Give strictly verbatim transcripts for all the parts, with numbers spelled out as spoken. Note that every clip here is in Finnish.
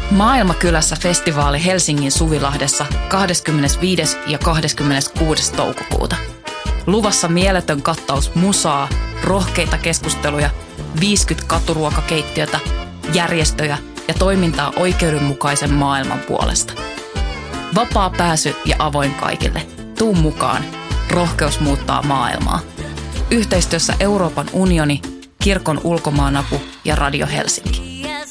Maailmakylässä festivaali Helsingin Suvilahdessa kahdeskymmenesviides ja kahdeskymmeneskuudes toukokuuta. Luvassa mieletön kattaus musaa, rohkeita keskusteluja, viisikymmentä katuruokakeittiötä, järjestöjä ja toimintaa oikeudenmukaisen maailman puolesta. Vapaa pääsy ja avoin kaikille. Tuu mukaan. Rohkeus muuttaa maailmaa. Yhteistyössä Euroopan unioni, Kirkon ulkomaanapu ja Radio Helsinki.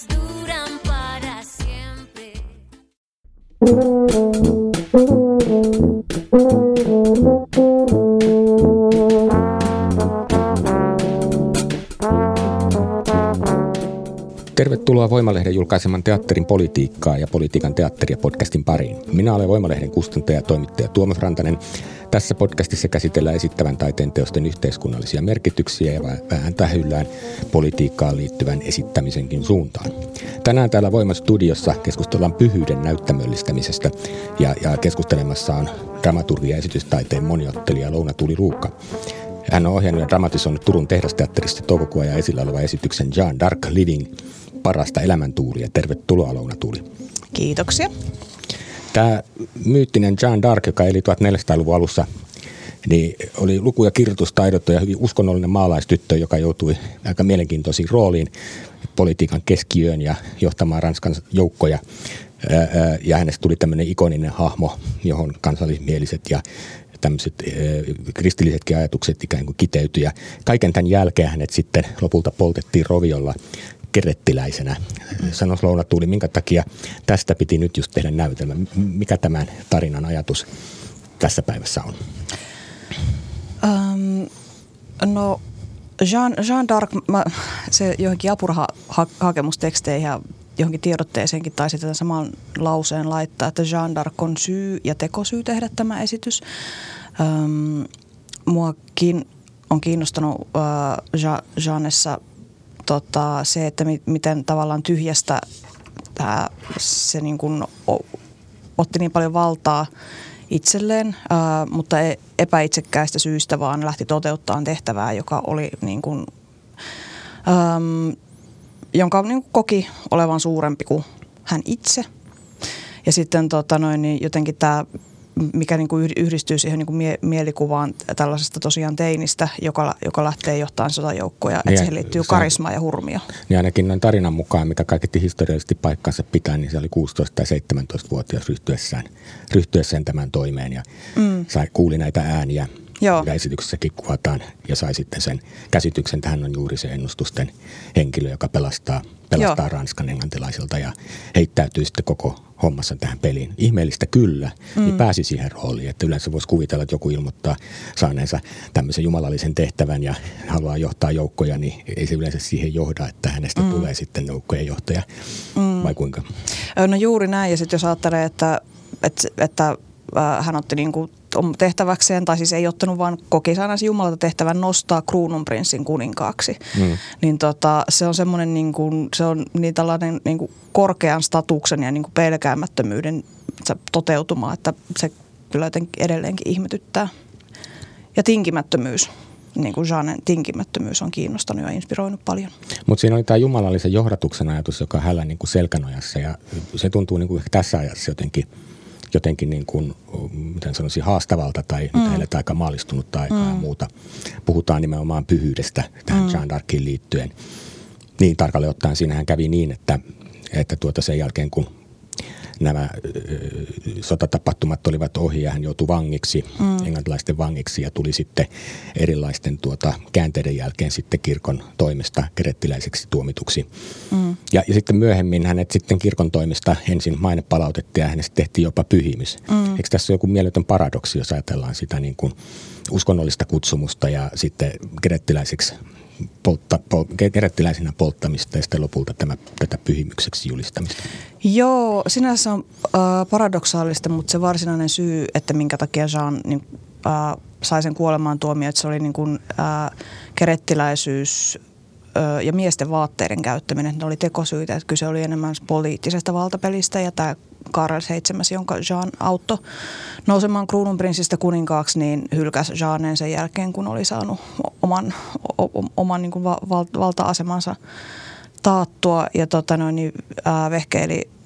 Tervetuloa Voimalehden julkaiseman teatterin politiikkaa ja politiikan teatteria podcastin pariin. Minä olen Voimalehden kustantaja ja toimittaja Tuomas Rantanen. Tässä podcastissa käsitellään esittävän taiteen teosten yhteiskunnallisia merkityksiä ja vähän tähyllään politiikkaan liittyvän esittämisenkin suuntaan. Tänään täällä Voima-studiossa keskustellaan pyhyyden näyttämöllistämisestä ja, ja keskustelemassa on dramaturgi- ja esitystaiteen moniottelija Louna Tuuli-Luukka. Hän on ohjannut ja dramatisoinut Turun tehdasteatterista toukokuun ajan esillä olevan esityksen Jeanne d'Arc Living, parasta elämäntuulia. Tervetuloa, Louna Tuuli. Kiitoksia. Tämä myyttinen Jeanne d'Arc, joka eli tuhatneljäsataaluvun alussa, niin oli luku- ja kirjoitustaidoton ja hyvin uskonnollinen maalaistyttö, joka joutui aika mielenkiintoisiin rooliin politiikan keskiöön ja johtamaan Ranskan joukkoja. Ja hänestä tuli tämmöinen ikoninen hahmo, johon kansallismieliset ja tämmöiset kristillisetkin ajatukset ikään kuin kiteytyi. Ja kaiken tämän jälkeen hänet sitten lopulta poltettiin roviolla kerettiläisenä. Sanois Louna Tuuli, minkä takia tästä piti nyt just tehdä näytelmä? Mikä tämän tarinan ajatus tässä päivässä on? Um, no Jeanne, Jeanne d'Arc, mä, se johonkin apurahahakemusteksteihin ja johonkin tiedotteeseenkin taisi tätä saman lauseen laittaa, että Jeanne d'Arc on syy ja tekosyy tehdä tämä esitys. Um, muakin on kiinnostanut uh, Jeannessa tota, se, että mi- miten tavallaan tyhjästä tää, se niin kuin o, otti niin paljon valtaa itselleen, uh, mutta epäitsekkäistä syistä vaan lähti toteuttamaan tehtävää, joka oli niin kuin, um, jonka niin kuin koki olevan suurempi kuin hän itse. Ja sitten tota noin, niin jotenkin tämä, mikä niin kuin yhdistyy siihen niin kuin mie- mielikuvaan tällaisesta tosiaan teinistä, joka, joka lähtee johtamaan sotajoukkoja, että siihen liittyy karismaa ja hurmia. Niin ainakin noin tarinan mukaan, mikä kaiketi historiallisesti paikkansa pitää, niin se oli kuusitoista- tai seitsemäntoistavuotias ryhtyessään, ryhtyessään tämän toimeen ja mm. sai, kuuli näitä ääniä. Joo. Ja esityksessäkin kuvataan ja sai sitten sen käsityksen, että hän on juuri se ennustusten henkilö, joka pelastaa, pelastaa Ranskan englantilaisilta ja heittäytyy sitten koko hommassa tähän peliin. Ihmeellistä kyllä, mm. niin pääsi siihen rooliin, että yleensä voisi kuvitella, että joku ilmoittaa saaneensa tämmöisen jumalallisen tehtävän ja haluaa johtaa joukkoja, niin ei se yleensä siihen johda, että hänestä mm. tulee sitten joukkojen johtaja, mm. vai kuinka? No juuri näin, ja sitten jos ajattelee, että, että, että hän otti niin kuin tehtäväkseen, tai siis ei ottanut, vaan koki saaneensa Jumalalta tehtävän nostaa kruununprinssin kuninkaaksi. Mm. Niin tota, se on semmoinen niin kuin, se on niin tällainen niin kuin korkean statuksen ja niin kuin pelkäämättömyyden toteutuma, että se kyllä jotenkin edelleenkin ihmetyttää. Ja tinkimättömyys, niin kuin Jeannen tinkimättömyys on kiinnostanut ja inspiroinut paljon. Mutta siinä oli tämä jumalallisen johdatuksen ajatus, joka hänellä niin kuin selkänojassa, ja se tuntuu niin kuin tässä ajassa jotenkin jotenkin niin kuin, miten sanoisin, haastavalta tai mm. eletään aika maallistunutta aikaa mm. ja muuta. Puhutaan nimenomaan pyhyydestä tähän mm. Jeanne d'Arciin liittyen. Niin tarkalleen ottaen siinähän kävi niin, että, että tuota sen jälkeen kun nämä ö, sotatapahtumat olivat ohi ja hän joutui vangiksi, mm. englantilaisten vangiksi ja tuli sitten erilaisten tuota, käänteiden jälkeen sitten kirkon toimesta kerettiläiseksi tuomituksi. Mm. Ja, ja sitten myöhemmin hänet sitten kirkon toimesta ensin maine palautettiin ja hänestä tehtiin jopa pyhimys. Mm. Eikö tässä ole joku mieletön paradoksi, jos ajatellaan sitä niin kuin uskonnollista kutsumusta ja sitten kerettiläiseksi Poltta, pol, kerettiläisenä polttamista ja sitten lopulta tämä, tätä pyhimykseksi julistamista? Joo, sinänsä on äh, paradoksaalista, mutta se varsinainen syy, että minkä takia Jeanne niin, äh, sai sen kuolemaan tuomio, että se oli niin kuin, äh, kerettiläisyys äh, ja miesten vaatteiden käyttäminen. Ne oli tekosyitä, että kyse oli enemmän poliittisesta valtapelistä ja tämä Karel seitsemäs, jonka Jeanne auttoi nousemaan kruununprinssistä kuninkaaksi, niin hylkäsi Jeannen sen jälkeen, kun oli saanut oman, o, oman niin kuin val, valta-asemansa taattua ja tota noin, niin, ää, vehkeili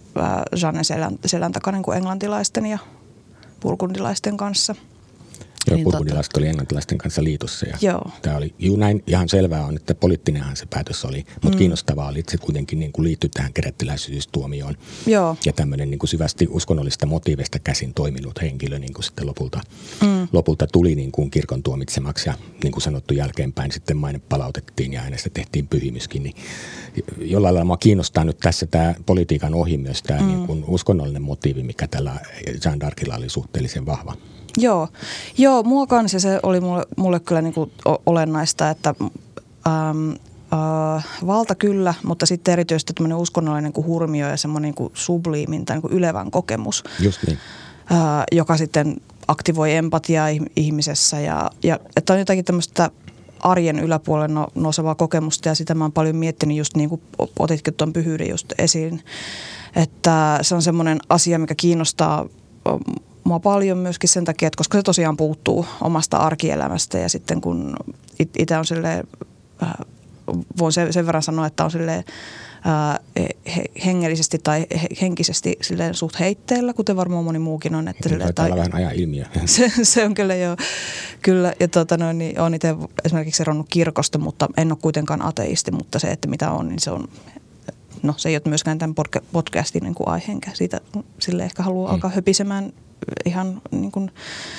Jeannen selän, selän takana niin kuin englantilaisten ja burgundilaisten kanssa. Joo, niin burgundilaiset oli englantilaisten kanssa liitossa. Ja joo. Tämä oli juu, näin ihan selvää on, että poliittinenhan se päätös oli, mutta mm. kiinnostavaa oli, että se kuitenkin niin kuin liittyi tähän kerettiläisyystuomioon. Joo. Ja tämmöinen niin kuin syvästi uskonnollista motiivista käsin toiminut henkilö niin kuin sitten lopulta, mm. lopulta tuli niin kuin kirkon tuomitsemaksi ja niin kuin sanottu jälkeenpäin sitten maine palautettiin ja hänestä tehtiin pyhimyskin. Niin jollain lailla minua kiinnostaa nyt tässä tämä politiikan ohi myös tämä mm. niin kuin uskonnollinen motiivi, mikä tällä Jeanne d'Arcilla oli suhteellisen vahva. Joo, Joo mua kanssa se oli mulle, mulle kyllä niin kuin olennaista, että äm, äh, valta kyllä, mutta sitten erityisesti tämmöinen uskonnollinen niin kuin hurmio ja semmoinen niin kuin subliimin tai niin kuin ylevän kokemus, Just niin. äh, joka sitten aktivoi empatiaa ihmisessä ja, ja että on jotakin tämmöistä arjen yläpuolelle no, nousevaa kokemusta ja sitä mä oon paljon miettinyt just niin kuin otitkin tuon pyhyyden just esiin, että se on semmoinen asia, mikä kiinnostaa mua paljon myöskin sen takia, että koska se tosiaan puuttuu omasta arkielämästä ja sitten kun itse on silleen, äh, voin sen, sen verran sanoa, että on silleen äh, he, hengellisesti tai he, henkisesti silleen suht heitteellä, kuten varmaan moni muukin on. Että silleen, tai, vähän ajan ilmiö. Se, se on kyllä joo, kyllä ja tuota noin, niin olen itse esimerkiksi eronnut kirkosta, mutta en ole kuitenkaan ateisti, mutta se, että mitä on, niin se on... No se ei ole myöskään tämän podcastin niin kuin aiheenkä. Siitä sille ehkä haluaa mm. alkaa höpisemään ihan niin kuin,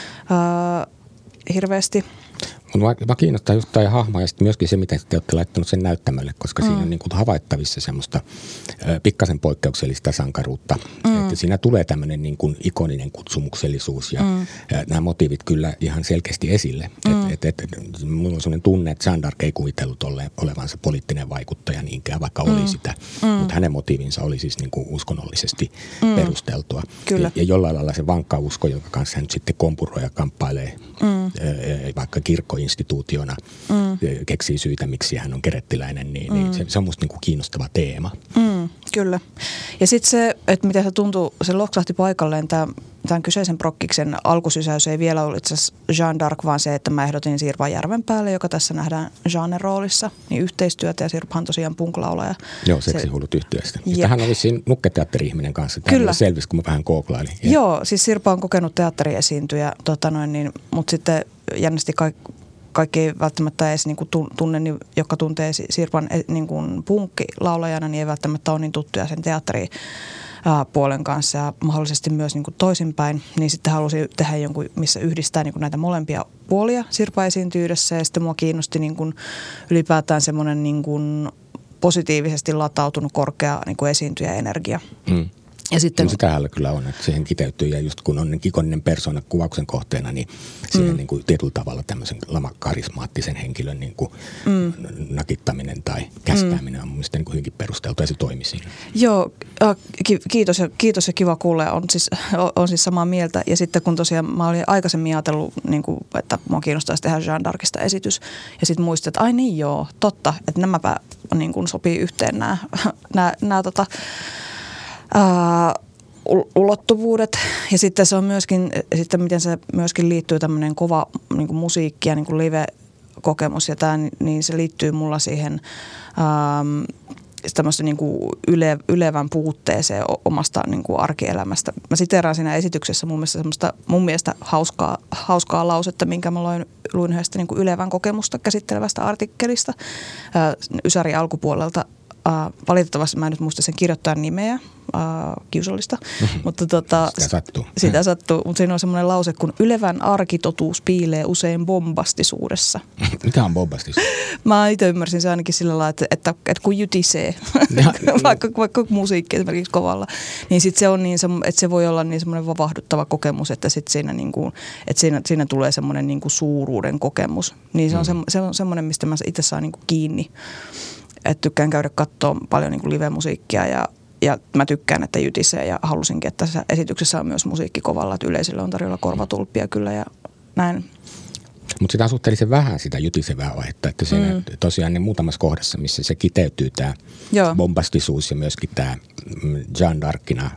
äh, hirveästi. Mä kiinnostaa just tämä hahmo ja sitten myöskin se, miten te olette laittanut sen näyttämölle, koska mm. siinä on niin kuin havaittavissa semmoista ö, pikkasen poikkeuksellista sankaruutta. Mm. Että siinä tulee tämmöinen niin kuin ikoninen kutsumuksellisuus ja, mm. ja nämä motiivit kyllä ihan selkeästi esille. Mm. Et, et, et, mulla on semmoinen tunne, että Jeanne d'Arc ei kuvitellut ole, olevansa poliittinen vaikuttaja niinkään, vaikka mm. oli sitä. Mm. Mutta hänen motiivinsa oli siis niin kuin uskonnollisesti mm. perusteltua. Kyllä. Ja, ja jollain lailla se vankka usko, jonka kanssa hän nyt sitten kompuroi ja kamppailee mm. ö, vaikka kirkko instituutiona mm. keksii syitä, miksi hän on kerettiläinen, niin, mm. niin se, se on musta niin kuin kiinnostava teema. Mm, kyllä. Ja sitten se, että miten se tuntuu, se loksahti paikalleen, tämän kyseisen prokkiksen alkusysäys ei vielä ollut itse asiassa Jeanne d'Arc, vaan se, että mä ehdotin Sirpa Järvenpäälle, joka tässä nähdään Jeannen roolissa, niin yhteistyötä ja Sirpahan tosiaan punklaulaja. Joo, Seksihullut yhtiöstä. Mistä hän oli siinä nukketeatteri-ihminen kanssa. Tämä kyllä. selvisi, kun mä vähän googlailin. Ja. Joo, siis Sirpa on kokenut teatteriesiintyjä, tota noin, niin, mutta sitten jännästi kaikki Kaikki ei välttämättä edes niin kuin tunne, niin, jotka tuntee Sirpan niin kuin punkkilaulajana, niin ei välttämättä ole niin tuttuja sen teatteripuolen kanssa ja mahdollisesti myös niin kuin toisinpäin. Niin sitten halusin tehdä jonkun, missä yhdistää niin kuin näitä molempia puolia Sirpa esiintyydessä ja sitten mua kiinnosti niin kuin ylipäätään semmoinen niin kuin positiivisesti latautunut korkea niin kuin esiintyjä-energia. Mm. Ja sitten, no sitähän kyllä on, että siihen kiteytyy ja just kun on ikoninen persona kuvauksen kohteena, niin siihen mm. niin kuin tietyllä tavalla tämmöisen lamakkarismaattisen henkilön niin kuin mm. nakittaminen tai kästääminen mm. on mun mielestä niin kuin hyvinkin perusteltu ja se toimi siinä. Joo, kiitos ja, kiitos ja kiva kuulla. On siis, on siis samaa mieltä. Ja sitten kun tosiaan mä olin aikaisemmin ajatellut, niin kuin, että mua kiinnostaisi tehdä Jeanne d'Arcista esitys ja sitten muistin, että ai niin joo, totta, että nämäpä niin kuin sopii yhteen nämä, nämä, nämä tota, Uh, ulottuvuudet ja sitten se on myöskin, sitten miten se myöskin liittyy tämmöinen kova niin kuin musiikki ja niin kuin live-kokemus ja tämä, niin se liittyy mulla siihen um, tämmöistä niin kuin yle, ylevän puutteeseen omasta niin kuin arkielämästä. Mä siteeraan siinä esityksessä mun mielestä semmoista mun mielestä hauskaa, hauskaa lausetta, minkä mä luin, luin yhdestä niin kuin ylevän kokemusta käsittelevästä artikkelista uh, Ysäri alkupuolelta. Uh, valitettavasti mä en nyt muista sen kirjoittajan nimeä, uh, kiusallista, mm-hmm. mutta tota, sitä sattuu. Sitä sattuu, mutta siinä on semmoinen lause, kun ylevän arkitotuus piilee usein bombastisuudessa. Mitä on bombastisuus? Mä itse ymmärsin se ainakin sillä lailla, että, että, että kun jytisee, vaikka, vaikka musiikki esimerkiksi kovalla, niin sit se on niin, että se voi olla niin semmoinen vavahduttava kokemus, että sit siinä, niin kuin, että siinä, siinä tulee semmoinen niin kuin suuruuden kokemus. Niin se on, mm. se, se on semmoinen, mistä mä itse saan niin kuin kiinni. Että tykkään käydä katsoa paljon niin kuin live-musiikkia ja, ja mä tykkään, että jytisee ja halusinkin, että tässä esityksessä on myös musiikki kovalla, että yleisölle on tarjolla korvatulppia kyllä ja näin. Mutta sitä on suhteellisen vähän sitä jytisevää vaihetta, että siinä mm. tosiaan ne muutamassa kohdassa, missä se kiteytyy tämä bombastisuus ja myöskin tämä Jeanne d'Arcina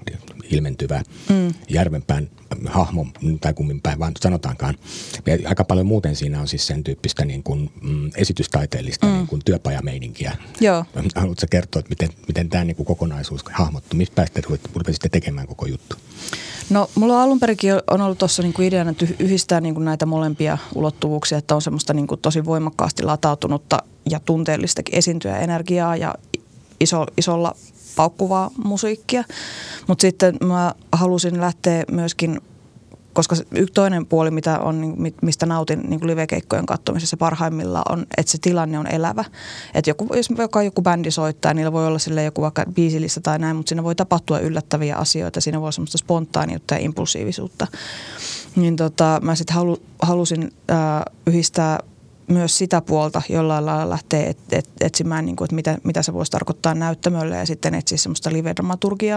ilmentyvä mm. Järvenpään hahmo, tai kummin päin vaan sanotaankaan. Ja aika paljon muuten siinä on siis sen tyyppistä niin kuin, mm, esitystaiteellista mm. niin kuin työpajameininkiä. Joo. Haluatko kertoa, että miten, miten tämä niin kuin kokonaisuus hahmottuu? Mistä päästä rupesitte tekemään koko juttu? No mulla alun perinkin on ollut tuossa niinku ideana, että yhdistää niinku näitä molempia ulottuvuuksia, että on semmoista niinku tosi voimakkaasti latautunutta ja tunteellistakin esiintyjä energiaa ja iso, isolla paukkuvaa musiikkia. Mutta sitten mä halusin lähteä myöskin, koska yksi toinen puoli, mitä on, mistä nautin niin livekeikkojen katsomisessa parhaimmillaan on, että se tilanne on elävä. Että joku, jos joka joku bändi soittaa, niillä voi olla sille joku vaikka biisilista tai näin, mutta siinä voi tapahtua yllättäviä asioita. Siinä voi olla semmoista spontaaniutta ja impulsiivisuutta. Niin tota, mä sitten halu, halusin äh, yhdistää myös sitä puolta jollain lailla lähteä et, et, etsimään, niin kuin, että mitä, mitä se voisi tarkoittaa näyttämölle ja sitten etsiä semmoista live-dramaturgiaa.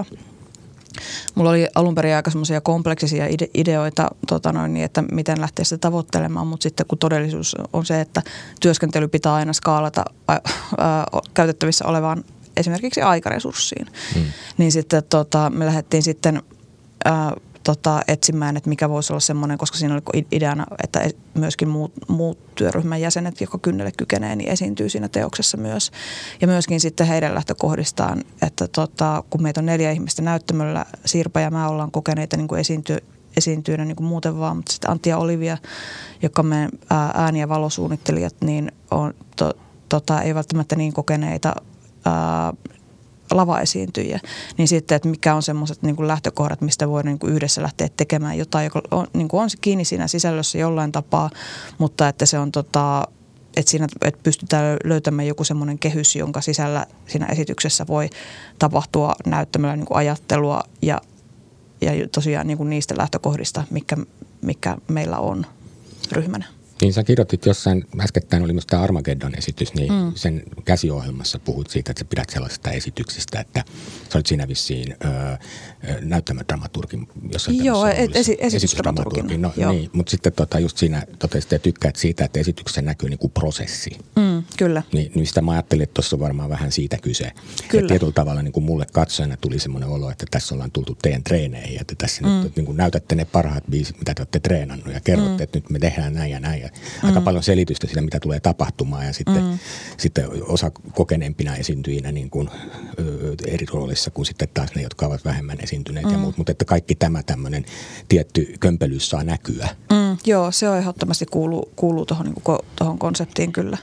Mulla oli alun perin aika semmoisia kompleksisia ide- ideoita, tota noin, niin, että miten lähteä sitä tavoittelemaan, mutta sitten kun todellisuus on se, että työskentely pitää aina skaalata ää, ää, käytettävissä olevaan esimerkiksi aikaresurssiin, hmm. niin sitten tota, me lähdettiin sitten ää, tota, etsimään, että mikä voisi olla semmoinen, koska siinä oli ideana, että myöskin muut, muut työryhmän jäsenet, jotka kynnelle kykenee, niin esiintyy siinä teoksessa myös. Ja myöskin sitten heidän lähtökohdistaan, että tota, kun meitä on neljä ihmistä näyttämöllä, Sirpa ja mä ollaan kokeneita niin kuin esiintyä, esiintyjänä niin kuin muuten vaan, mutta sitten Antti ja Olivia, jotka on meidän ääni- ja valosuunnittelijat, niin on, to, tota, ei välttämättä niin kokeneita ää, lavaesiintyjiä, niin sitten, että mikä on semmoiset niin kuin lähtökohdat, mistä voi niin kuin yhdessä lähteä tekemään jotain, joka on, niin kuin on kiinni siinä sisällössä jollain tapaa, mutta että se on tota, että siinä että pystytään löytämään joku semmoinen kehys, jonka sisällä siinä esityksessä voi tapahtua näyttämällä niin kuin ajattelua ja, ja tosiaan niin kuin niistä lähtökohdista, mikä, mikä meillä on ryhmänä. Niin sä kirjoitit jossain, äskettäin oli myös tämä Armageddon-esitys, niin mm. sen käsiohjelmassa puhut siitä, että sä pidät sellaisista esityksistä, että sä olit siinä vissiin öö, näyttämödramaturgin, jossain Joo, et, esi- esitysdramaturgin. No, niin, mutta sitten tota, just siinä totesit, että tykkäät siitä, että esityksessä näkyy niin kuin prosessi. Mm, kyllä. Niin, niin sitä mä ajattelin, että tuossa on varmaan vähän siitä kyse. Kyllä. Ja tietyllä tavalla niin kuin mulle katsojana tuli semmoinen olo, että tässä ollaan tultu teidän treeneihin, että tässä mm. nyt niin kuin näytätte ne parhaat biisit, mitä te olette treenannut ja kerrotte, mm. että nyt me tehdään näin ja näin. Mm. Aika paljon selitystä siitä, mitä tulee tapahtumaan ja sitten, mm. sitten osa kokeneempina esiintyjinä niin kuin, ö, eri roolissa kuin sitten taas ne, jotka ovat vähemmän esiintyneet mm. ja muut. Mutta että kaikki tämä tämmöinen tietty kömpelyys saa näkyä. Mm, joo, se on ehdottomasti kuuluu, kuuluu tuohon niin kuin, konseptiin kyllä.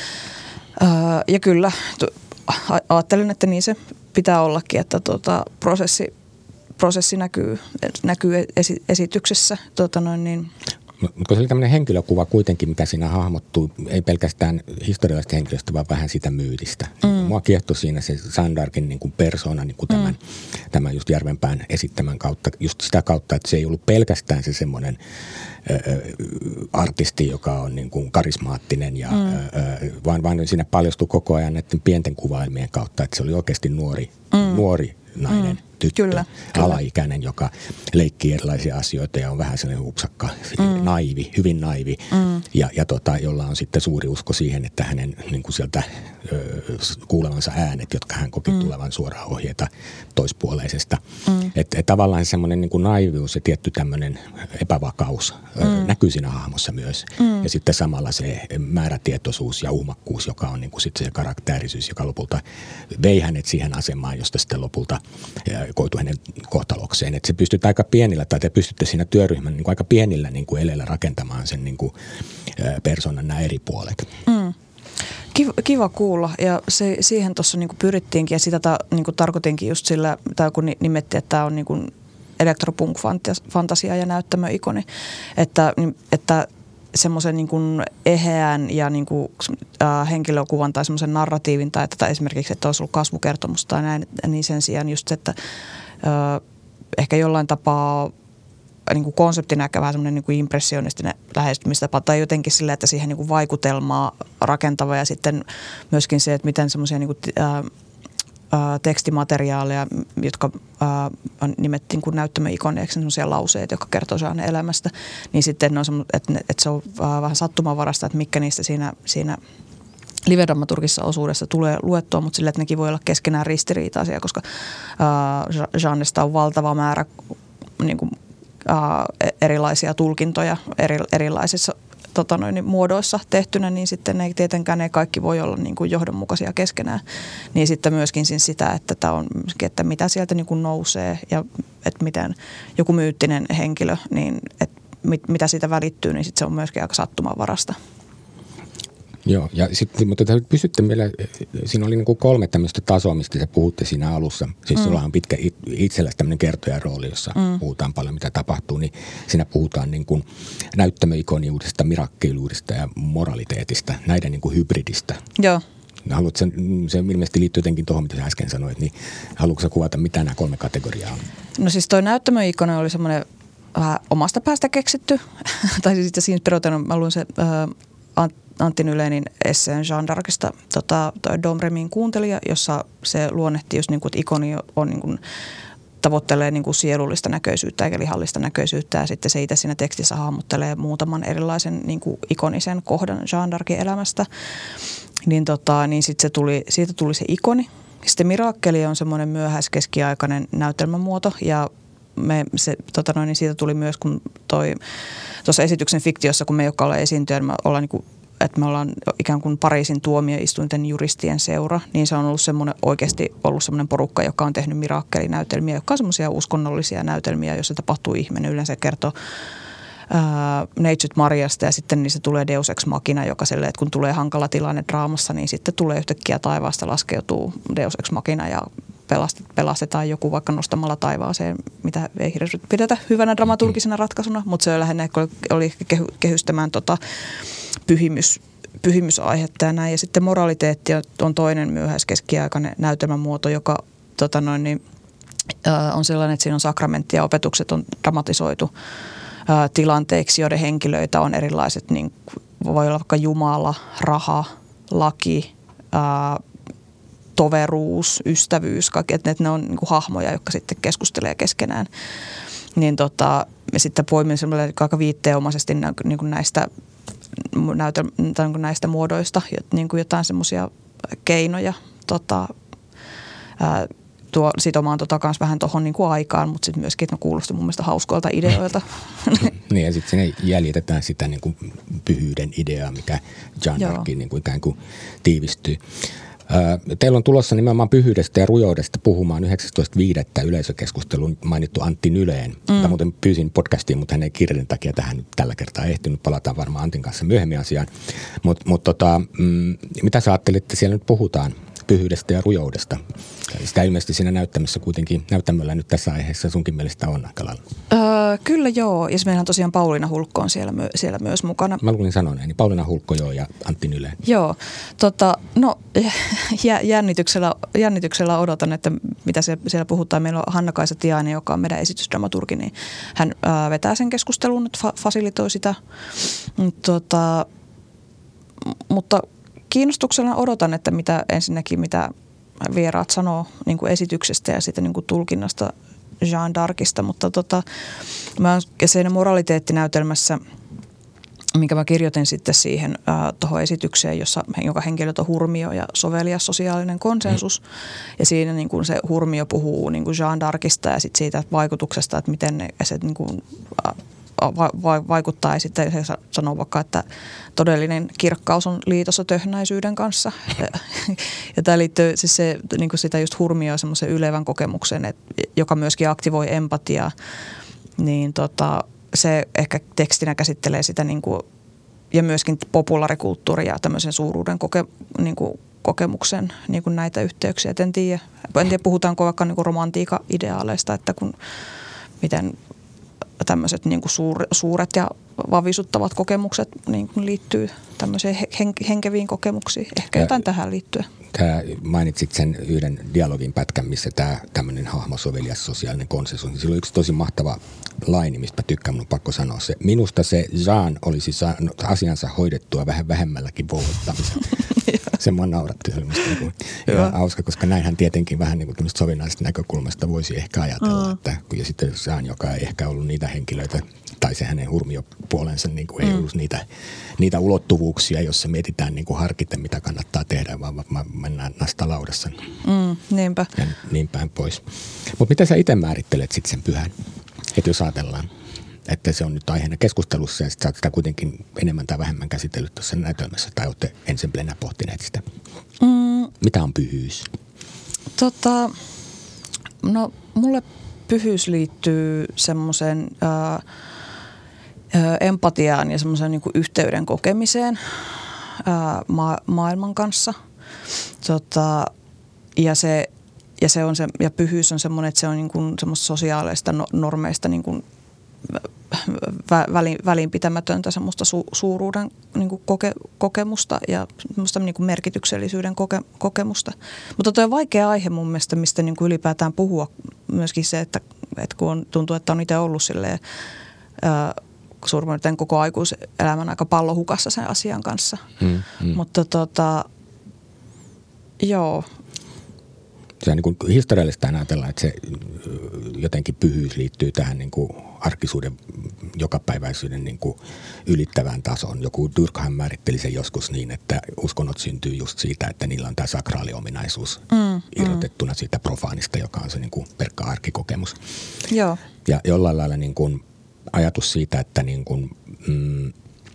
Öö, ja kyllä, ajattelen, että niin se pitää ollakin, että tuota, prosessi, prosessi näkyy, näkyy esi- esityksessä. Tuota noin niin. Mutta se oli tämmöinen henkilökuva kuitenkin, mikä siinä hahmottuu, ei pelkästään historiallisesta henkilöstä, vaan vähän sitä myytistä. Mm. Mua kiehtoi siinä se Sandarkin niin kuin persona niin kuin tämän, mm. tämän just Järvenpään esittämän kautta, just sitä kautta, että se ei ollut pelkästään se semmoinen ö, artisti, joka on niin kuin karismaattinen, ja, mm. ö, vaan, vaan siinä paljastui koko ajan näiden pienten kuvailmien kautta, että se oli oikeasti nuori, mm. nuori nainen. Mm. Tyttö, kyllä, alaikäinen, kyllä. joka leikkii erilaisia asioita ja on vähän sellainen hupsakka, mm. naivi, hyvin naivi, mm. ja, ja tota, jolla on sitten suuri usko siihen, että hänen niin kuin sieltä ö, kuulevansa äänet, jotka hän koki mm. tulevan suoraan ohjeita toispuoleisesta. Mm. Että et tavallaan semmoinen niin kuin naivius ja tietty tämmöinen epävakaus mm. ö, näkyy siinä hahmossa myös. Mm. Ja sitten samalla se määrätietoisuus ja uhmakkuus, joka on niin kuin sitten se karaktäärisyys, joka lopulta vei hänet siihen asemaan, josta sitten lopulta koitu hänen kohtalokseen. Että se pystyt aika pienillä, tai te pystytte siinä työryhmän niin kuin aika pienillä niin kuin eleillä rakentamaan sen niin kuin, persoonan nämä eri puolet. Mm. Kiva, kiva kuulla, ja se, siihen tuossa niin kuin pyrittiinkin, ja sitä ta, niin kuin tarkoitinkin just sillä, tai kun nimettiin, että tämä on niin kuin elektropunk-fantasia ja näyttämöikoni, että, että semmoisen niin kuin eheän ja niin kuin, äh, henkilökuvan tai semmoisen narratiivin tai että esimerkiksi, että olisi ollut kasvukertomus tai näin, niin sen sijaan just se, että äh, ehkä jollain tapaa niin kuin konseptina ehkä vähän semmoinen niin kuin impressionistinen lähestymistapa tai jotenkin sillä, että siihen niin kuin vaikutelmaa rakentava ja sitten myöskin se, että miten semmoisia niin kuin, äh, tekstimateriaaleja, jotka äh, nimettiin kuin näyttämöikoneeksi, sellaisia lauseita, jotka kertoo Jeanen elämästä, niin sitten ne on semmo, että, ne, että se on äh, vähän sattumanvarasta, että mitkä niistä siinä, siinä live-dramaturgissa osuudessa tulee luettua, mutta sille, että nekin voi olla keskenään ristiriitaisia, koska äh, genresta on valtava määrä niin kuin, äh, erilaisia tulkintoja eri, erilaisissa tota noin, muodoissa tehtynä, niin sitten ne tietenkään ne kaikki voi olla niin kuin johdonmukaisia keskenään. Niin sitten myöskin siis sitä, että, tämä on, että mitä sieltä niin kuin nousee ja että miten joku myyttinen henkilö, niin että mit, mitä siitä välittyy, niin sitten se on myöskin aika sattumanvarasta. Joo, ja sitten, mutta pysytte vielä, siinä oli niin kuin kolme tämmöistä tasoa, mistä te puhutte siinä alussa. Siis mm. sulla on pitkä itselläsi tämmöinen kertojan rooli, jossa mm. puhutaan paljon, mitä tapahtuu, niin siinä puhutaan niin kuin näyttämöikoniudesta, mirakkeiluudesta ja moraliteetista, näiden niin kuin hybridistä. Joo. Haluatko, se ilmeisesti liittyy jotenkin tuohon, mitä sä äsken sanoit, niin haluatko sä kuvata, mitä nämä kolme kategoriaa on? No siis toi näyttämöikoni oli semmoinen vähän omasta päästä keksitty, tai siis itse asiassa inspiroitunut, mä luin se äh, Antti Nylenin esseen Jeanne d'Arcista, tota, Domremin kuuntelija, jossa se luonnehti just niin kuin, että ikoni on niin kuin, tavoittelee niin kuin sielullista näköisyyttä eikä lihallista näköisyyttä, ja sitten se itse siinä tekstissä hahmottelee muutaman erilaisen niin kuin ikonisen kohdan Jeanne d'Arcin elämästä. Niin, tota, niin sitten se tuli, siitä tuli se ikoni. Sitten Mirakkeli on semmoinen myöhäiskeskiaikainen näytelmämuoto, ja me, se, tota noin, niin siitä tuli myös, kun toi tuossa esityksen fiktiossa, kun me, jotka ollaan esiintyjä, me ollaan niin kuin, että me ollaan ikään kuin Pariisin tuomioistuinten juristien seura, niin se on ollut semmoinen, oikeasti ollut semmoinen porukka, joka on tehnyt mirakkelinäytelmiä, jotka on semmoisia uskonnollisia näytelmiä, joissa tapahtuu ihminen. Yleensä kertoo ää, Neitsyt Mariasta ja sitten niissä tulee Deus Ex Machina, joka selleen, että kun tulee hankala tilanne draamassa, niin sitten tulee yhtäkkiä taivaasta laskeutuu Deus Ex Machina ja pelastetaan joku vaikka nostamalla taivaaseen, mitä ei hirveästi pidetä hyvänä dramaturgisena ratkaisuna, mutta se lähinnä oli kehystämään tota pyhimys, pyhimysaihetta ja näin. Ja sitten moraliteetti on toinen myöhäiskeskiaikainen näytelmämuoto, joka tota noin, niin, äh, on sellainen, että siinä on sakramentti ja opetukset on dramatisoitu äh, tilanteiksi, joiden henkilöitä on erilaiset, niin voi olla vaikka Jumala, raha, laki, äh, toveruus, ystävyys, kaikki, että ne on niin kuin hahmoja, jotka sitten keskustelee keskenään. Niin tota, me sitten poimin semmoinen aika viitteenomaisesti niin kuin näistä, näytel- näistä muodoista, niin kuin jotain semmoisia keinoja tota, ää, tuo, sitomaan tota kanssa vähän tuohon niin kuin aikaan, mutta sitten myöskin, että ne kuulosti mun mielestä hauskoilta ideoilta. Niin ja sitten sinne jäljitetään sitä niin kuin pyhyyden ideaa, mikä Jeanne d'Arciin niin kuin ikään kuin tiivistyy. Teillä on tulossa nimenomaan pyhyydestä ja rujoudesta puhumaan yhdeksästoista viidettä yleisökeskustelun mainittu Antti Nyleen. Mm. Tämä muuten pyysin podcastiin, mutta hän ei kirjan takia tähän nyt tällä kertaa ehtinyt. Palataan varmaan Antin kanssa myöhemmin asiaan. Mutta mut tota, mm, mitä sä ajattelit, että siellä nyt puhutaan pyhyydestä ja rujoudesta? Sitä ilmeisesti siinä näyttämässä kuitenkin, näyttämällä nyt tässä aiheessa sunkin mielestä on aika lailla. Öö, kyllä joo, ja meillähän tosiaan Pauliina Hulkko on siellä, my, siellä myös mukana. Mä luulin sanoa näin, niin Pauliina Hulkko joo ja Antti Nyleen. Joo, tota, no jännityksellä, jännityksellä odotan, että mitä siellä puhutaan. Meillä on Hanna-Kaisa Tiainen, joka on meidän esitysdramaturgi, niin hän ää, vetää sen keskustelun, nyt fa- fasilitoi sitä, tota, mutta kiinnostuksella odotan, että mitä ensinnäkin mitä vieraat sanoo niin kuin esityksestä ja siitä niin kuin tulkinnasta Jeanne d'Arcista, mutta tota, mä siinä moraliteettinäytelmässä, minkä mä kirjoitin sitten siihen äh, tuohon esitykseen, jossa, jonka henkilöt on Hurmio ja sovelias sosiaalinen konsensus. Mm. Ja siinä niin kuin se Hurmio puhuu niin kuin Jeanne d'Arcista ja sitten siitä vaikutuksesta, että miten ne, se niin kuin, äh, va- va- vaikuttaa. Ja sitten se sanoo vaikka, että todellinen kirkkaus on liitossa töhnäisyyden kanssa. Ja tämä liittyy siis se, niin kuin sitä just Hurmioon semmoisen ylevän kokemuksen, että, joka myöskin aktivoi empatiaa. Niin tota, se ehkä tekstinä käsittelee sitä niin kuin, ja myöskin populaarikulttuuria ja tämmöisen suuruuden koke, niin kuin, kokemuksen niin kuin näitä yhteyksiä. Et en tiedä, en tiedä puhutaanko vaikka niin kuin romantiikan ideaaleista, että kun, miten tämmöiset niin kuin suur, suuret ja vavisuttavat kokemukset niin kuin liittyy tämmöiseen hen, henkeviin kokemuksiin. Ehkä jotain Tää, tähän liittyen. Tämä mainitsit sen yhden dialogin pätkän, missä tämä tämmöinen hahmo sovelias sosiaalinen konsensus. Niin sillä on yksi tosi mahtava laini, mistä mä tykkään, mun on pakko sanoa se. Minusta se Jeanne olisi saanut asiansa hoidettua vähän vähemmälläkin vouhottamisella. Se mua nauratti. Se oli niin hyvä hauska, koska näinhän tietenkin vähän niin kuin tämmöistä sovinnaisesta näkökulmasta voisi ehkä ajatella. Mm. Että, ja sitten Jeanne, joka ei ehkä ollut niitä henkilöitä tai se hänen hurmiopuolensa niin kuin mm. ei ollut niitä, niitä ulottuvuuksia, jossa mietitään niin kuin harkiten, mitä kannattaa tehdä, vaan mennään nastalaudassa. Mm, niinpä. Ja niin päin pois. Mutta miten sä itse määrittelet sitten sen pyhän? Että jos ajatellaan, että se on nyt aiheena keskustelussa ja sä oot sitä kuitenkin enemmän tai vähemmän käsitellyt tuossa näytelmässä tai olette ensemblenä pohtineet sitä. Mm. Mitä on pyhyys? Tota, no mulle pyhyys liittyy semmoiseen ää, empatiaan ja semmoisen niin kuin yhteyden kokemiseen ää, ma- maailman kanssa. Tota, ja se ja se on se ja pyhyys on semmoinen, että se on niin kuin semmoista sosiaalista no, normeista niin kuin Väliin, väliinpitämätöntä semmoista su, suuruuden niin kuin koke, kokemusta ja semmoista niin kuin merkityksellisyyden koke, kokemusta. Mutta tuo on vaikea aihe mun mielestä, mistä niin kuin ylipäätään puhua. Myöskin se, että, että kun on, tuntuu, että on itse ollut silleen, suurin koko aikuiselämän aika pallohukassa sen asian kanssa. Hmm, hmm. Mutta tota, joo. Se on niin kuin historiallista ajatella, että se jotenkin pyhyys liittyy tähän niin kuin arkisuuden, jokapäiväisyyden niin kuin ylittävään tasoon. Joku Durkheim määritteli sen joskus niin, että uskonnot syntyy just siitä, että niillä on tämä sakraaliominaisuus mm, irrotettuna mm. siitä profaanista, joka on se niin kuin pelkkä arkikokemus. Joo. Ja jollain lailla niin kuin ajatus siitä, että niin kuin, mm,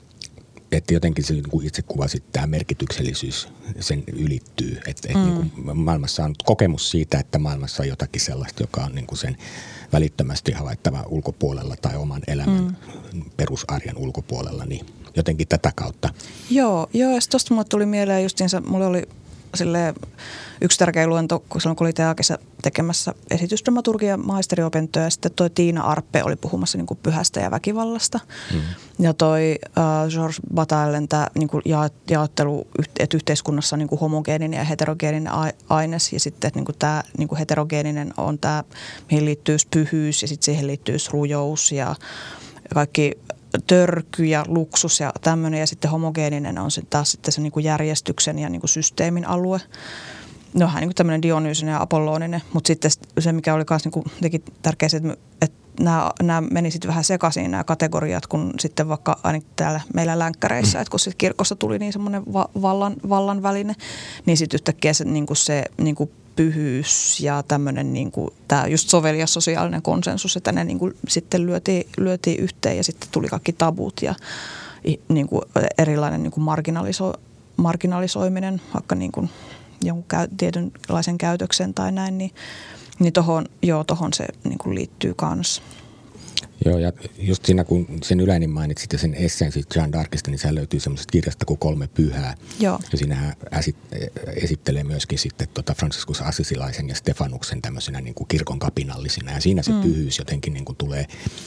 että jotenkin se, kun itse kuvasit, tämä merkityksellisyys, sen ylittyy. Että et mm. niin kuin maailmassa on kokemus siitä, että maailmassa on jotakin sellaista, joka on niin kuin sen välittömästi havaittava ulkopuolella tai oman elämän mm. perusarjen ulkopuolella, niin jotenkin tätä kautta. Joo, joo ja tuosta mulle tuli mieleen justiinsa, mulla oli silleen yksi tärkeä luento, kun silloin kun oli Teakissa tekemässä esitysdramaturgian maisteriopintoja, ja sitten toi Tiina Arppe oli puhumassa niin kuin pyhästä ja väkivallasta. Mm. Ja toi uh, Georges Bataillen tämä niin kuin ja, jaottelu, että yhteiskunnassa on niin kuin homogeeninen ja heterogeeninen aines, ja sitten että niin kuin tämä niin kuin heterogeeninen on tämä, mihin liittyy pyhyys, ja sitten siihen liittyy rujous ja kaikki törky ja luksus ja tämmöinen, ja sitten homogeeninen on sitten taas sitten se niin kuin järjestyksen ja niin kuin systeemin alue. No hän niin kuin tämmöinen Dionysinen ja Apolloninen, mutta sitten se, mikä oli myös niin teki tärkeää, että, että nämä, nämä meni sitten vähän sekaisin nämä kategoriat, kun sitten vaikka ainakin täällä meillä länkkäreissä, mm. että kun sitten kirkossa tuli niin semmoinen va, vallan, vallan väline, niin sitten yhtäkkiä se, niin kuin se niin kuin pyhyys ja tämmöinen niin kuin, tämä just sovelias sosiaalinen konsensus, että ne niin kuin sitten lyötiin, lyötiin yhteen ja sitten tuli kaikki tabut ja niin kuin erilainen niin kuin marginaliso, marginalisoiminen, vaikka niin kuin jonkun käy, tietynlaisen käytöksen tai näin, niin, niin tohon, joo, tohon se niin kuin liittyy kanssa. Joo, ja just siinä kun sen Yläinen mainitsit ja sen esseen siitä Jeanne d'Arcista, niin sehän löytyy semmoisesta kirjasta kuin Kolme pyhää. Joo. Ja siinähän esittelee myöskin sitten tota Franciscus Assisilaisen ja Stefanuksen tämmöisenä niin kuin kirkon kapinallisina. Ja siinä se mm. pyhyys jotenkin niin kuin tulee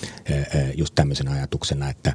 just tämmöisenä ajatuksena, että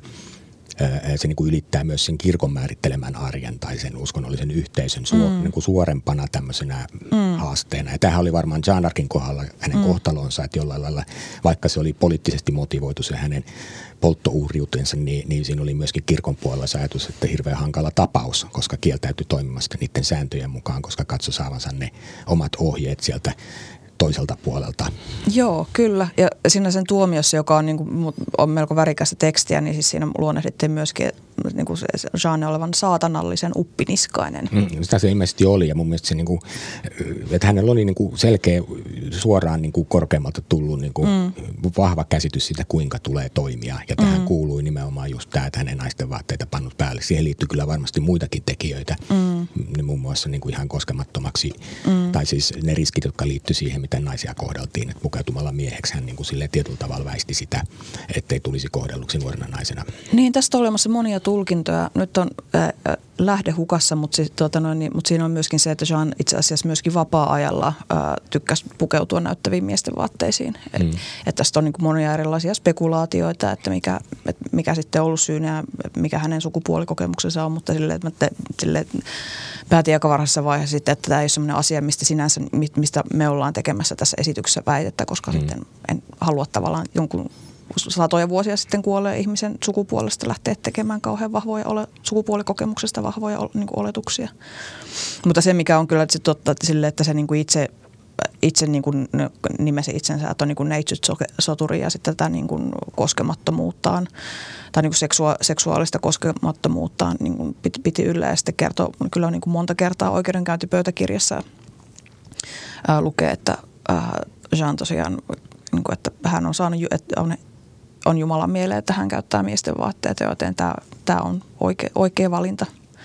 se niin kuin ylittää myös sen kirkon määrittelemän arjen tai sen uskonnollisen yhteisön suo, mm. niin kuin suorempana tämmöisenä mm. haasteena. Ja tämähän oli varmaan Jeanne d'Arcin kohdalla hänen mm. kohtalonsa, että jollain lailla, vaikka se oli poliittisesti motivoitu se hänen polttouhriutensa, niin, niin siinä oli myöskin kirkon puolella se ajatus, että hirveän hankala tapaus, koska kieltäytyi toimimasta niiden sääntöjen mukaan, koska katsoi saavansa ne omat ohjeet sieltä toiselta puolelta. Joo, kyllä. Ja siinä sen tuomiossa, joka on, niin kuin, on melko värikästä tekstiä, niin siis siinä luonnehdittiin myöskin niin kuin se Jeanne olevan saatanallisen uppiniskainen. Mm, sitä se ilmeisesti oli, ja mun mielestä se, niin kuin, että hänellä oli niin kuin selkeä, suoraan niin kuin korkeammalta tullut niin kuin mm. vahva käsitys siitä, kuinka tulee toimia. Ja tähän mm. kuului nimenomaan just tämä, että hänen naisten vaatteita pannut päälle. Siihen liittyy kyllä varmasti muitakin tekijöitä, mm. ne muun muassa niin kuin ihan koskemattomaksi, mm. tai siis ne riskit, jotka liittyy siihen, miten naisia kohdeltiin, että pukeutumalla mieheksi hän niin kuin silleen tietyllä tavalla väisti sitä, ettei tulisi kohdelluksi nuorena naisena. Niin, tästä on olemassa monia tulkintoja. Nyt on äh, lähde hukassa, mutta, siis, tuota noin, niin, mutta siinä on myöskin se, että Jeanne itse asiassa myöskin vapaa-ajalla äh, tykkäsi pukeutua näyttäviin miesten vaatteisiin. Et, mm. et tästä on niin kuin monia erilaisia spekulaatioita, että mikä, et mikä sitten on ollut syynä ja mikä hänen sukupuolikokemuksensa on, mutta silleen, että mä silleen, päätin aika varhaisessa vaiheessa sitten, että tämä ei ole sellainen asia, mistä sinänsä, mistä me ollaan tekemässä tässä esityksessä väitettä, koska mm. sitten en halua tavallaan jonkun satoja vuosia sitten kuolleen ihmisen sukupuolesta lähteä tekemään kauhean vahvoja ole, sukupuolikokemuksesta vahvoja niin kuin oletuksia. Mutta se, mikä on kyllä se totta, että, sille, että se niin kuin itse itse niin kuin nimesi itsensä, että on niin kuin neitsyt-soturi ja sitten tätä niin kuin koskemattomuuttaan tai niin kuin seksua- seksuaalista koskemattomuuttaan niin kuin piti, piti yllä ja sitten kertoo kyllä on niin kuin monta kertaa oikeudenkäyntipöytäkirjassa ää, lukee, että ää, Jean tosiaan, niin kuin, että hän on saanut, että on, on Jumalan mieleen, että hän käyttää miesten vaatteita, joten tämä, tämä on oikea, oikea valinta.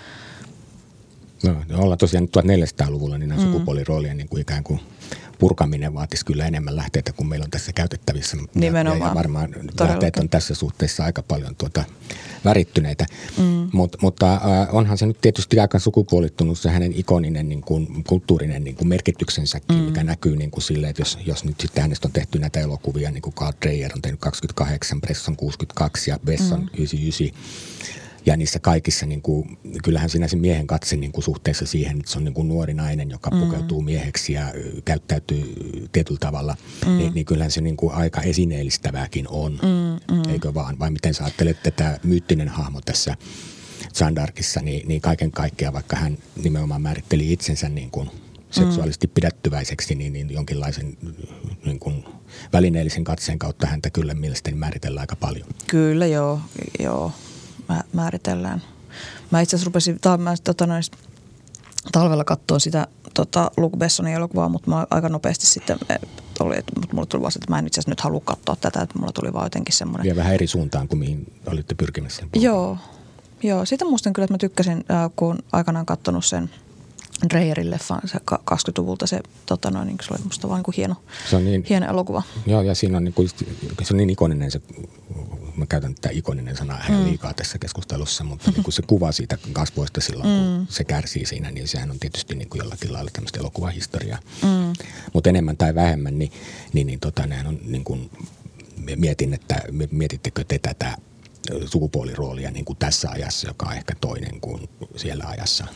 No, ollaan tosiaan nyt tuhatneljäsataaluvulla, niin nämä mm. sukupuoliroolien niin kuin ikään kuin purkaminen vaatisi kyllä enemmän lähteitä kuin meillä on tässä käytettävissä. Nimenomaan. Ja, ja varmaan lähteet on tässä suhteessa aika paljon tuota värittyneitä. Mm. Mut, mutta äh, onhan se nyt tietysti aika sukupuolittunut se hänen ikoninen niin kuin, kulttuurinen niin kuin merkityksensäkin, mm. mikä näkyy niin kuin sille, että jos, jos nyt sitten hänestä on tehty näitä elokuvia, niin kuin Carl Dreyer on tehnyt kaksikymmentäkahdeksan, Bresson kuusikymmentäkaksi ja Besson mm. yhdeksänkymmentäyhdeksän. Ja niissä kaikissa, niin kuin, kyllähän siinä se miehen katse niin kuin suhteessa siihen, että se on niin kuin nuori nainen, joka mm. pukeutuu mieheksi ja käyttäytyy tietyllä tavalla, mm. niin, niin kyllähän se niin kuin aika esineellistävääkin on, mm, mm. eikö vaan? Vai miten sä ajattelet, että tämä myyttinen hahmo tässä Jeanne d'Arcissa, niin, niin kaiken kaikkiaan, vaikka hän nimenomaan määritteli itsensä niin kuin seksuaalisesti pidättyväiseksi, niin, niin jonkinlaisen niin kuin välineellisen katseen kautta häntä kyllä mielestäni määritellään aika paljon. Kyllä, joo, joo. Määritellään. Mä itse asiassa rupesin ta- mä, tota, noin, talvella katsoa sitä tota, Luc Bessonin elokuvaa, mutta mä aika nopeasti sitten oli, että mulle tuli vaan, että mä en itse asiassa nyt halua katsoa tätä, että mulla tuli vaan jotenkin semmoinen. Vielä vähän eri suuntaan kuin mihin olitte pyrkimässä. Joo, joo. Siitä muistan kyllä, että mä tykkäsin, äh, kun olen aikanaan katsonut sen Dreyerin leffan, se kaksikymmentäluvulta se, tota noin, niin se oli musta vaan niin kuin hieno, se on niin, hieno elokuva. Joo, ja siinä on niin kuin, se on niin ikoninen se, mä käytän tätä ikoninen sanaa mm. liikaa tässä keskustelussa, mutta niin kuin se kuva siitä kasvoista silloin, mm. kun se kärsii siinä, niin sehän on tietysti niin kuin jollakin lailla tämmöistä elokuvahistoriaa. Mm. Mutta enemmän tai vähemmän, niin, niin, niin tota, nehän on niin kuin, mietin, että mietittekö te tätä sukupuoliroolia niin kuin tässä ajassa, joka on ehkä toinen kuin siellä ajassa?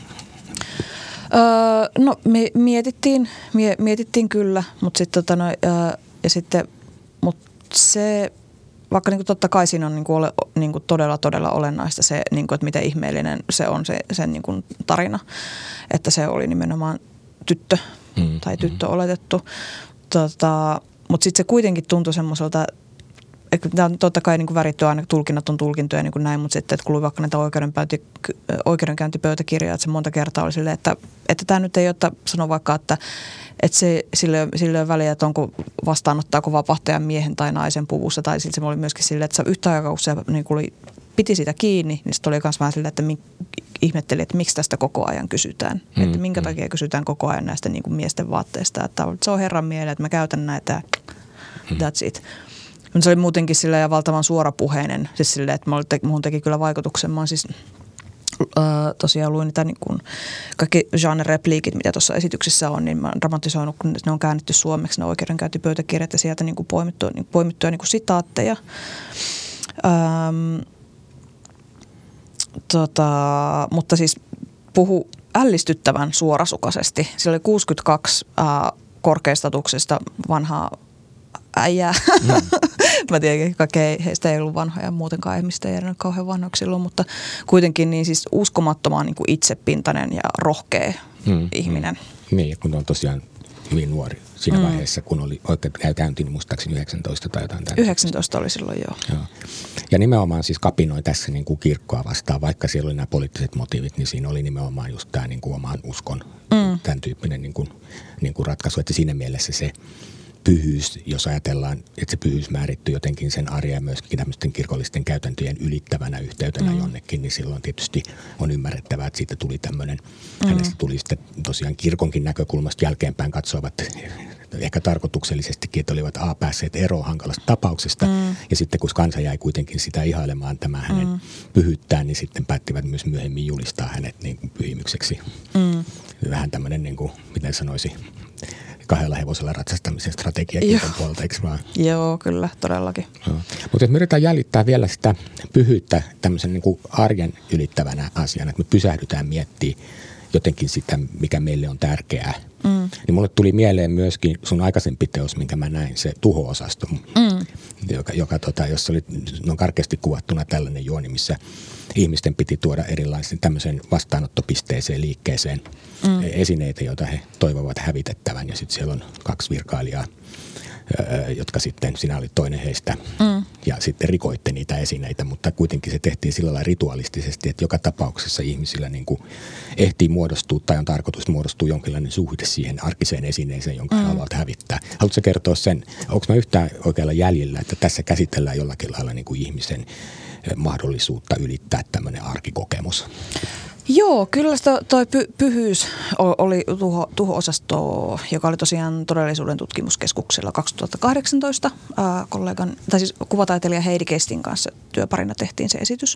Öö, no me mietittiin, mie, mietittiin kyllä, mutta sitten tota no, öö, ja sitten, mut se, vaikka niinku totta kai siinä on niinku ole, niinku todella todella olennaista se, niinku, että miten ihmeellinen se on se sen niinku tarina, että se oli nimenomaan tyttö mm, tai tyttö mm. oletettu, tota, mutta sitten se kuitenkin tuntui semmoiselta. Tämä on totta kai niin kuin väritty aina, tulkinnat on tulkintoja niin kuin näin, mutta sitten, että kun luin vaikka näitä oikeudenkäyntipöytäkirjoja, että se monta kertaa oli silleen, että, että tämä nyt ei ole, että sano vaikka, että, että se, sille, sille on väliä, että onko vastaanottaako vapahtajan miehen tai naisen puvussa, tai sitten se oli myöskin silleen, että se yhtä aikaa, kun se niin kuin oli, piti sitä kiinni, niin sitten oli myös vähän silleen, että mi, ihmetteli, että miksi tästä koko ajan kysytään, mm, että minkä mm. takia kysytään koko ajan näistä niin kuin miesten vaatteista, että se on herran mieleen, että mä käytän näitä, mm. that's it. Se oli muutenkin sillä ja valtavan suorapuheinen, siis silleen, että minuun teki kyllä vaikutuksen. Mä siis äh, tosiaan luin niitä niin kuin kaikki genre-repliikit, mitä tuossa esityksessä on, niin mä oon dramatisoinut, kun ne on käännetty suomeksi, ne oikeudenkäyntipöytäkirjat ja sieltä niin kuin poimittuja, niin poimittuja niin kuin sitaatteja. Ähm, tota, mutta siis puhu ällistyttävän suorasukaisesti. Siellä oli kuusikymmentäkaksi äh, korkeastatuksesta vanhaa äijää. Mm. Mä tiedän, kaikkea heistä ei ollut vanhoja, muutenkaan ihmistä ei ole kauhean vanhoiksi silloin, mutta kuitenkin niin siis uskomattoman niin kuin itsepintainen ja rohkea mm. ihminen. Mm. Niin, kun on tosiaan hyvin nuori siinä mm. vaiheessa, kun oli oikein käynti, niin muistaakseni yhdeksäntoista tai jotain. yhdeksäntoista oli silloin, joo. joo. Ja nimenomaan siis kapinoi tässä niin kuin kirkkoa vastaan, vaikka siellä oli nämä poliittiset motiivit, niin siinä oli nimenomaan just tämä niin kuin oman uskon, mm. tämän tyyppinen niin kuin, niin kuin ratkaisu, että siinä mielessä se pyhyys, jos ajatellaan, että se pyhyys määrittyy jotenkin sen arjen ja myöskin tämmöisten kirkollisten käytäntöjen ylittävänä yhteytenä mm. jonnekin, niin silloin tietysti on ymmärrettävää, että siitä tuli tämmöinen, mm. hänestä tuli sitten tosiaan kirkonkin näkökulmasta jälkeenpäin katsoivat ehkä tarkoituksellisestikin, että olivat A päässeet eroon hankalasta tapauksesta mm. ja sitten kun kansa jäi kuitenkin sitä ihailemaan tämä hänen mm. pyhyyttään, niin sitten päättivät myös myöhemmin julistaa hänet niin kuin pyhimykseksi. Mm. Vähän tämmöinen, niin kuin, miten sanoisi, kahdella hevosella ratsastamisen strategia kirkon puolelta, eikö vaan? Joo, kyllä, todellakin. No. Mutta me yritetään jäljittää vielä sitä pyhyyttä tämmöisen niin kuin arjen ylittävänä asiana, että me pysähdytään miettimään jotenkin sitä, mikä meille on tärkeää. Mm. Niin mulle tuli mieleen myöskin sun aikaisempi teos, minkä mä näin, se Tuho-osasto. Mm. joka, joka tota, jossa oli no, karkeasti kuvattuna tällainen juoni, missä ihmisten piti tuoda erilaisen tämmöisen vastaanottopisteeseen liikkeeseen mm. esineitä, joita he toivovat hävitettävän. Ja sitten siellä on kaksi virkailijaa, jotka sitten, sinä olit toinen heistä, mm. ja sitten rikoitte niitä esineitä, mutta kuitenkin se tehtiin sillä lailla rituaalistisesti, että joka tapauksessa ihmisillä niin kuin ehtii muodostua tai on tarkoitus muodostua jonkinlainen suhde siihen arkiseen esineeseen, jonka mm. haluat hävittää. Haluatko kertoa sen, onko mä yhtään oikealla jäljellä, että tässä käsitellään jollakin lailla niin kuin ihmisen mahdollisuutta ylittää tämmöinen arkikokemus? Joo, kyllä toi py, pyhyys oli tuho, tuho-osasto, joka oli tosiaan Todellisuuden tutkimuskeskuksella kaksituhattakahdeksantoista. Ää, kollegan, tai siis kuvataiteilija Heidi Kestin kanssa työparina tehtiin se esitys.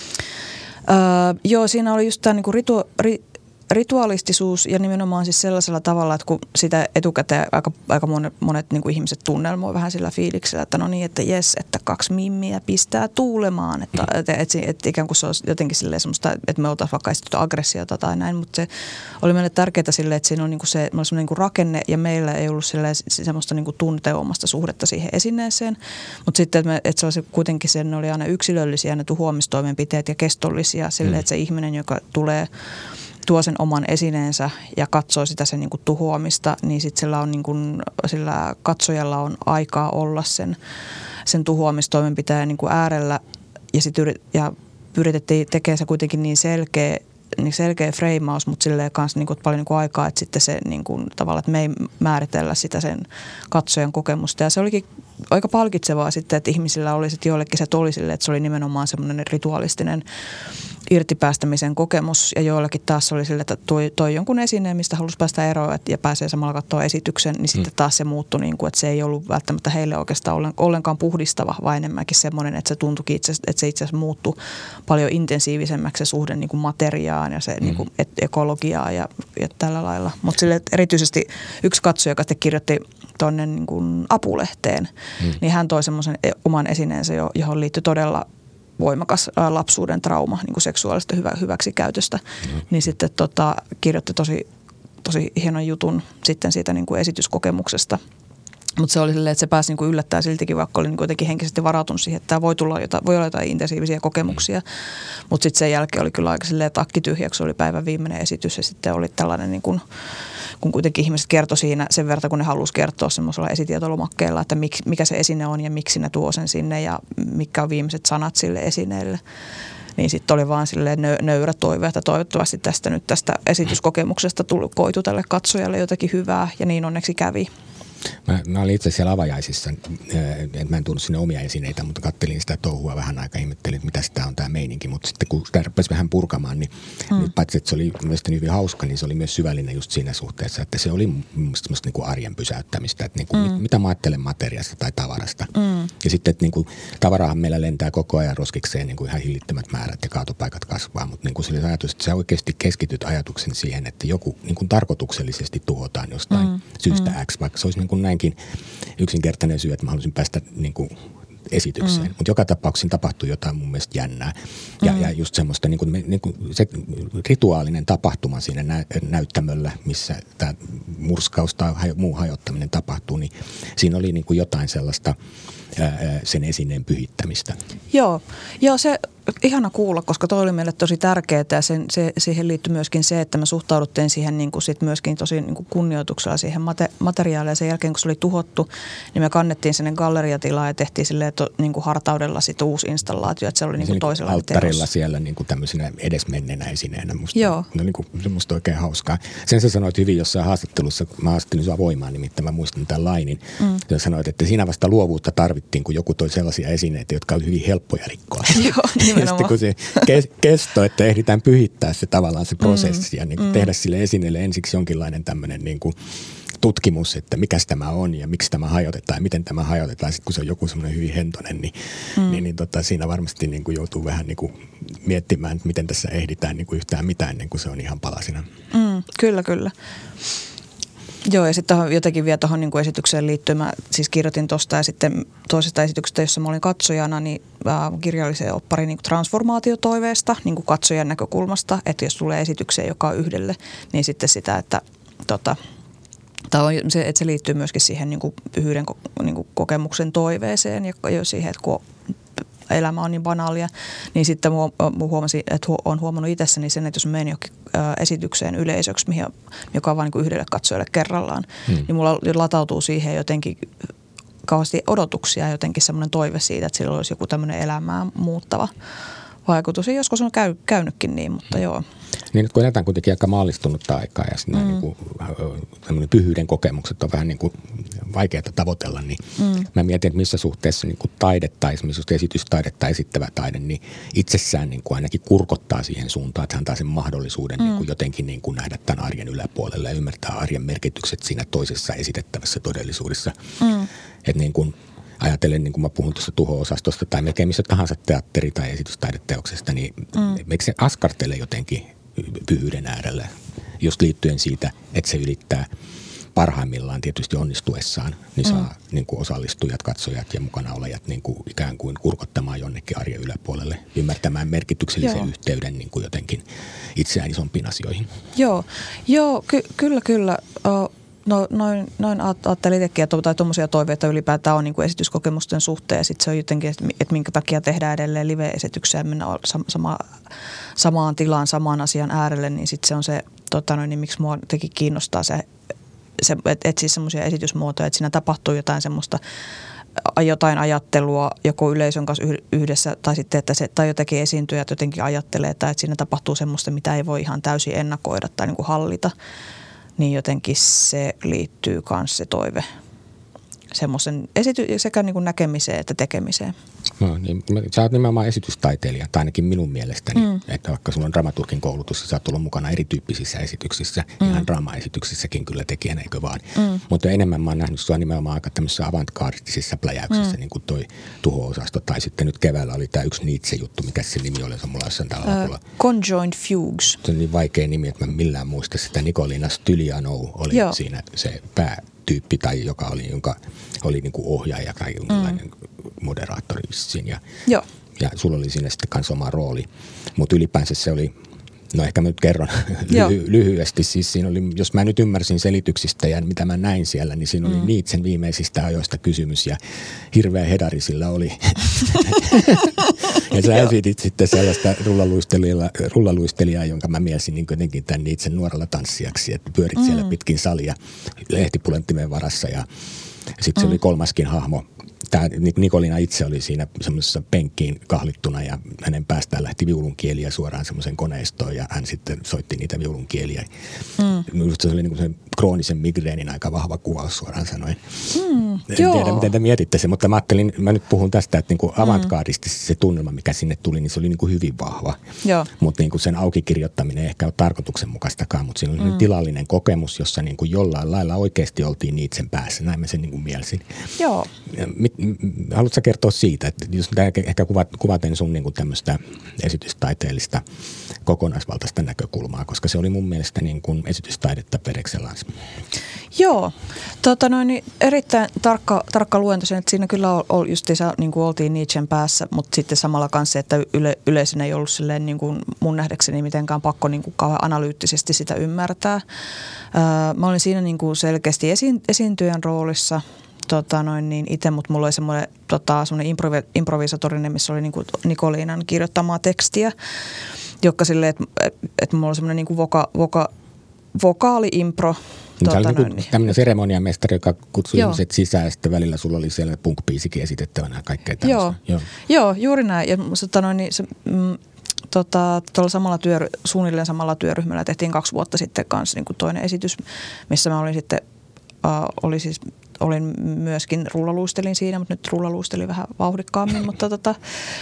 Ää, joo, siinä oli just tämä niinku ritu, ri, rituaalistisuus ja nimenomaan siis sellaisella tavalla, että kun sitä etukäteen aika, aika monet, monet niin kuin ihmiset tunnelmoi vähän sillä fiiliksellä, että no niin, että jes, että kaksi mimmiä pistää tuulemaan. Että, mm. että, että, että ikään kuin se olisi jotenkin silleen semmoista, että me oltaisiin vaikka esitetty aggressiota tai näin, mutta se oli meille tärkeää silleen, että siinä on niin kuin se meillä oli semmoinen niin kuin rakenne ja meillä ei ollut silleen semmoista niin kuin tunteomasta suhdetta siihen esineeseen. Mutta sitten, että, me, että se olisi kuitenkin se, ne oli aina yksilöllisiä ne tuhoamistoimenpiteet ja kestollisia silleen, mm. että se ihminen, joka tulee tuo sen oman esineensä ja katsoo sitä sen niin kuin tuhoamista, niin sitten sillä, on niin kuin, sillä katsojalla on aikaa olla sen, sen tuhoamistoimenpiteen niin kuin äärellä ja, sit yrit, ja yritettiin tekemään se kuitenkin niin selkeä, niin selkeä freimaus, mutta silleen kanssa niin kuin paljon niin kuin aikaa, että sitten se niin kuin, tavallaan, että me ei määritellä sitä sen katsojan kokemusta ja se olikin aika palkitsevaa sitten, että ihmisillä oli sitten joillekin se oli silleen, että se oli nimenomaan semmoinen rituaalistinen irtipäästämisen kokemus ja joillakin taas oli sille, että toi, toi jonkun esineen, mistä halusi päästä eroon ja pääsee samalla katsoa esityksen, niin sitten taas se muuttui niin kuin, että se ei ollut välttämättä heille oikeastaan ollenkaan puhdistava, vaan enemmänkin semmoinen, että se tuntuikin itse, että se itse asiassa muuttui paljon intensiivisemmäksi se suhde niin kuin materiaan ja se mm. niin kuin ekologiaa ja, ja tällä lailla. Mutta sille erityisesti yksi katsoja, joka sitten kirjoitti tuonne niin kuin apulehteen, mm. niin hän toi semmoisen oman esineensä, johon liittyi todella voimakas lapsuuden trauma niin kuin seksuaalista hyvä, hyväksikäytöstä, mm. niin sitten tota, kirjoitti tosi, tosi hienon jutun sitten siitä niin kuin esityskokemuksesta. Mutta se oli silleen, että se pääsi niin kuin yllättämään siltikin, vaikka oli niin kuitenkin henkisesti varautunut siihen, että tämä voi, tulla jotain, voi olla jotain intensiivisiä kokemuksia. Mutta sitten sen jälkeen oli kyllä aika silleen takki tyhjä, kun se oli päivän viimeinen esitys ja sitten oli tällainen niin kuin, kun kuitenkin ihmiset kertoi siinä sen verran, kun ne halusi kertoa semmoisella esitietolomakkeella, että mik, mikä se esine on ja miksi ne tuo sen sinne ja mitkä on viimeiset sanat sille esineelle. Niin sitten oli vaan silleen nöyrä toive, että toivottavasti tästä nyt tästä esityskokemuksesta tuli, koitu tälle katsojalle jotakin hyvää ja niin onneksi kävi. Mä, mä olin itse siellä avajaisissa, että mä en tullut sinne omia esineitä, mutta kattelin sitä touhua vähän aikaa, ihmettelin, että mitä sitä on tämä meininki. Mutta sitten kun sitä rupesi vähän purkamaan, niin mm. nyt paitsi, että se oli mielestäni hyvin hauska, niin se oli myös syvällinen just siinä suhteessa, että se oli mielestäni semmoista niin kuin arjen pysäyttämistä, että niin kuin, mm. mit, mitä mä ajattelen materiasta tai tavarasta. Mm. Ja sitten, että niin kuin, tavarahan meillä lentää koko ajan roskikseen niin kuin ihan hillittömät määrät ja kaatopaikat kasvaa, mutta niin kuin sillä ajatus, että sä oikeasti keskityt ajatuksen siihen, että joku niin kuin tarkoituksellisesti tuhotaan jostain mm. syystä mm. X, vaikka se olisi niin kuin näinkin yksinkertainen syy, että mä haluaisin päästä niin kuin esitykseen. Mm. Mutta joka tapauksessa tapahtui jotain mun mielestä jännää. Ja, mm. ja just semmoista niin kuin, niin kuin se rituaalinen tapahtuma siinä nä- näyttämöllä, missä tämä murskaus tai muu hajottaminen tapahtuu, niin siinä oli niin kuin jotain sellaista ää, sen esineen pyhittämistä. Joo, Joo se ihana kuulla, koska toi oli meille tosi tärkeää ja sen, se, siihen liittyy myöskin se, että me suhtauduttiin siihen niin kuin sit myöskin tosi niin kuin kunnioituksella siihen mate, materiaaliin ja sen jälkeen kun se oli tuhottu, niin me kannettiin sinne galleriatilaa ja tehtiin silleen to, niin kuin hartaudella sit uusi installaatio, että se oli niin kuin toisella alttarilla teos. Siellä niin kuin tämmöisenä edesmenneenä esineenä. Musta, Joo. No niin kuin, se musta oikein hauskaa. Sen sä sanoit hyvin jossain haastattelussa, mä haastattelin sua voimaan, nimittäin mä muistan tämän lainin. Mm. Ja sanoit, että siinä vasta luovuutta tarvittiin, kun joku toi sellaisia esineitä, jotka oli hyvin helppoja rikkoa. Joo, ja sitten kun se kesto, että ehditään pyhittää se tavallaan se prosessi mm, ja niin mm. tehdä sille esineelle ensiksi jonkinlainen tämmöinen niin kuin tutkimus, että mikä tämä on ja miksi tämä hajotetaan ja miten tämä hajotetaan. Sitten kun se on joku semmoinen hyvin hentoinen, niin, mm. niin, niin tota, siinä varmasti niin kuin joutuu vähän niin kuin miettimään, että miten tässä ehditään niin kuin yhtään mitään ennen kuin se on ihan palasina. Mm, kyllä, kyllä. Joo, ja sitten jotenkin vielä tuohon niin esitykseen liittyen, mä siis kirjoitin tuosta ja sitten toisesta esityksestä, jossa mä olin katsojana, niin äh, kirjallisen opparin niin transformaatiotoiveesta niin kuin katsojan näkökulmasta, että jos tulee esitykseen, joka on yhdelle, niin sitten sitä, että tota, tai on se, että se liittyy myöskin siihen niin kuin pyhyyden niin kuin kokemuksen toiveeseen ja jo siihen, että kun elämä on niin banaalia, niin sitten huomasin, että olen huomannut itsessäni sen, että jos menen johonkin esitykseen yleisöksi, mihin, joka on vain niin yhdelle katsojalle kerrallaan, hmm. niin mulla latautuu siihen jotenkin kauheasti odotuksia ja jotenkin semmoinen toive siitä, että sillä olisi joku tämmöinen elämää muuttava vaikutus. Ja joskus on käy, käynytkin niin, mutta joo. Niin, kun eletään kuitenkin aika maallistunutta aikaa ja mm. niin kuin, pyhyyden kokemukset on vähän niin kuin vaikeaa tavoitella, niin mm. mä mietin, että missä suhteessa niin kuin taide tai esimerkiksi esitystaidetta esittävä taide, niin itsessään niin kuin ainakin kurkottaa siihen suuntaan, että antaa sen mahdollisuuden mm. niin kuin jotenkin niin kuin nähdä tämän arjen yläpuolella ja ymmärtää arjen merkitykset siinä toisessa esitettävässä todellisuudessa. Mm. Että niin kuin ajatellen, niin kuin mä puhun tuossa tuho-osastosta tai melkein missä tahansa teatteri- tai esitystaideteoksesta, niin mm. eikö se askartele jotenkin pyhyyden äärellä, just liittyen siitä, että se ylittää parhaimmillaan tietysti onnistuessaan, niin saa mm. niin kuin osallistujat, katsojat ja mukana olejat niin kuin ikään kuin kurkottamaan jonnekin arjen yläpuolelle, ymmärtämään merkityksellisen Joo. yhteyden niin kuin jotenkin itseään isompiin asioihin. Joo, Joo ky- kyllä, kyllä. Oh. No noin, noin ajattelin itsekin, tai tuommoisia toiveita ylipäätään on niin kuin esityskokemusten suhteen. Ja sitten se on jotenkin, että minkä takia tehdään edelleen live-esityksiä ja mennään sama, samaan tilaan, samaan asian äärelle. Niin sitten se on se, tota noin, niin miksi mua teki kiinnostaa se, se että et siis semmoisia esitysmuotoja, että siinä tapahtuu jotain semmoista, jotain ajattelua joko yleisön kanssa yhdessä tai sitten, että se, tai jotenkin esiintyjät jotenkin ajattelee, että siinä tapahtuu semmoista, mitä ei voi ihan täysin ennakoida tai niin kuin hallita. Niin jotenkin se liittyy myös se toive semmoisen esity- sekä niin kuin näkemiseen että tekemiseen. No, niin, sä oot nimenomaan esitystaiteilija, tai ainakin minun mielestäni, mm. että vaikka sulla on dramaturgin koulutus, sä oot ollut mukana erityyppisissä esityksissä, mm. ihan draamaesityksissäkin kyllä tekijänä, eikö vaan. Mm. Mutta enemmän mä oon nähnyt sua nimenomaan aika tämmöisissä avantgardisissa pläjäyksissä, mm. niin kuin toi tuho-osasto, tai sitten nyt keväällä oli tämä yksi Nietzsche-juttu, mikä se nimi oli, se mulla jossain tällä lapulla. Uh, Conjoined Fugues. Se on niin vaikea nimi, että mä millään muista sitä. Nikolina Stylianou oli Joo. siinä se pää. Tyyppi tai joka oli, jonka oli niin kuin ohjaaja tai jonkinlainen mm. moderaattori vissiin. Ja, ja sulla oli siinä sitten kanssa oma rooli. Mutta ylipäänsä se oli, no ehkä mä nyt kerron lyhy- lyhyesti. Siis siinä oli, jos mä nyt ymmärsin selityksistä ja mitä mä näin siellä, niin siinä oli mm. Nietzschen viimeisistä ajoista kysymys ja hirveä hedari sillä oli. Ja sä esitit sitten sellaista rullaluistelijaa, rullaluistelijaa, jonka mä mielsin niin jotenkin tämän Nietzschen nuorella tanssijaksi, että pyörit mm. siellä pitkin salia lehtipulenttimen varassa ja sitten se mm. oli kolmaskin hahmo. Tämä Nikolina itse oli siinä semmoisessa penkkiin kahlittuna ja hänen päästään lähti viulunkieliä suoraan semmoisen koneistoon ja hän sitten soitti niitä viulunkieliä. Mm. Minusta se oli niin kuin kroonisen migreenin aika vahva kuvaus suoraan sanoen. Mm, en joo. tiedä, miten te mietitte se, mutta mä ajattelin, mä nyt puhun tästä, että niin kuin avantgardistisesti se tunnelma, mikä sinne tuli, niin se oli niin kuin hyvin vahva. Mutta niin kuin sen aukikirjoittaminen ei ehkä ole tarkoituksenmukaistakaan, mutta siinä oli mm. tilallinen kokemus, jossa niin kuin jollain lailla oikeasti oltiin Nietzschen päässä. Näin mä sen niin kuin mielsin. Joo. Mit, haluatko kertoa siitä, että jos ehkä kuvaten sun niin kuin tämmöistä esitystaiteellista kokonaisvaltaista näkökulmaa, koska se oli mun mielestä niin kuin esitystaidetta per excellence. Joo, tota noin, niin erittäin tarkka, tarkka luento sen, että siinä kyllä ol, justiinsa niin kuin oltiin Nietzschen päässä, mutta sitten samalla kanssa, että yle, yleisön ei ollut silleen niin kuin mun nähdäkseni mitenkään pakko niin kuin kauhean analyyttisesti sitä ymmärtää. Öö, mä olin siinä niin kuin selkeästi esi, esiintyjän roolissa. Tota noin niin itse, mutta mulla oli semmoinen, tota, semmoinen improvi, improvisatorinen, missä oli niinku Nikoliinan kirjoittamaa tekstiä, joka silleen, että et mulla oli semmoinen niinku voka, voka, vokaali-impro. Tota se oli niinku niin. tämmöinen seremoniamestari, joka kutsui Joo. ihmiset sisään ja sitten välillä sulla oli siellä punk-biisikin esitettävänä ja kaikkea tämmöistä. Joo. Joo. Joo, juuri näin. Ja tota noin, niin se, mm, tota, tuolla samalla työ, suunnilleen samalla työryhmällä tehtiin kaksi vuotta sitten kanssa niin kuin toinen esitys, missä mä olin sitten, uh, oli siis... Olin myöskin rullaluistelin siinä, mutta nyt rullaluistelin vähän vauhdikkaammin, mutta tota,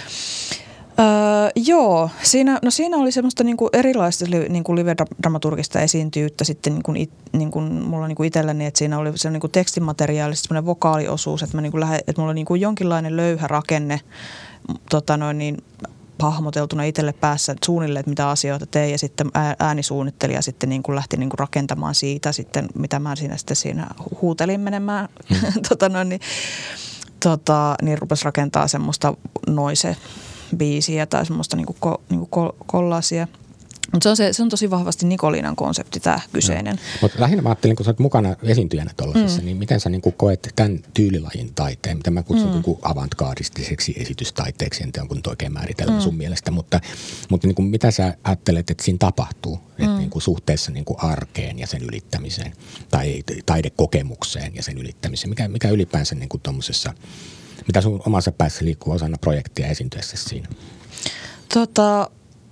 öö, joo, siinä, no siinä oli semmoista niinku erilaista niinku live-dramaturgista esiintyjyyttä sitten niinku, it, niinku, mulla niinku itselläni, että siinä oli se niinku tekstimateriaalista semmoinen vokaaliosuus, että, mä niinku lähe, että mulla oli niinku jonkinlainen löyhä rakenne, tota noin niin, hahmoteltuna itselle päässä suunnilleen, että mitä asioita tein ja sitten äänisuunnittelija sitten niin kuin lähti niin kuin rakentamaan siitä sitten, mitä mä siinä sitten siinä huutelin menemään, mm. tota noin, niin, tota, niin rupesi rakentaa semmoista noise-biisiä tai semmoista niin kuin ko, niin kuin kollaasia. Mutta se on, se, se on tosi vahvasti Nicolinan konsepti, tämä kyseinen. No. Mutta lähinnä mä ajattelin, kun sä oot mukana esiintyjänä tuollaisessa, mm. niin miten sä niin kuvit tämän tyylilajin taiteen, mitä mä kutsun mm. avantgardistiseksi esitystaiteeksi, en tiedä, onko nyt oikein määritellä mm. sun mielestä, mutta, mutta niin kuin, mitä sä ajattelet, että siinä tapahtuu, mm. että niin kuin suhteessa niin kuin arkeen ja sen ylittämiseen, tai taidekokemukseen ja sen ylittämiseen, mikä, mikä ylipäänsä niin kuin tuommoisessa, mitä sun omassa päässä liikkuu osana projektia esiintyessä siinä? Tota...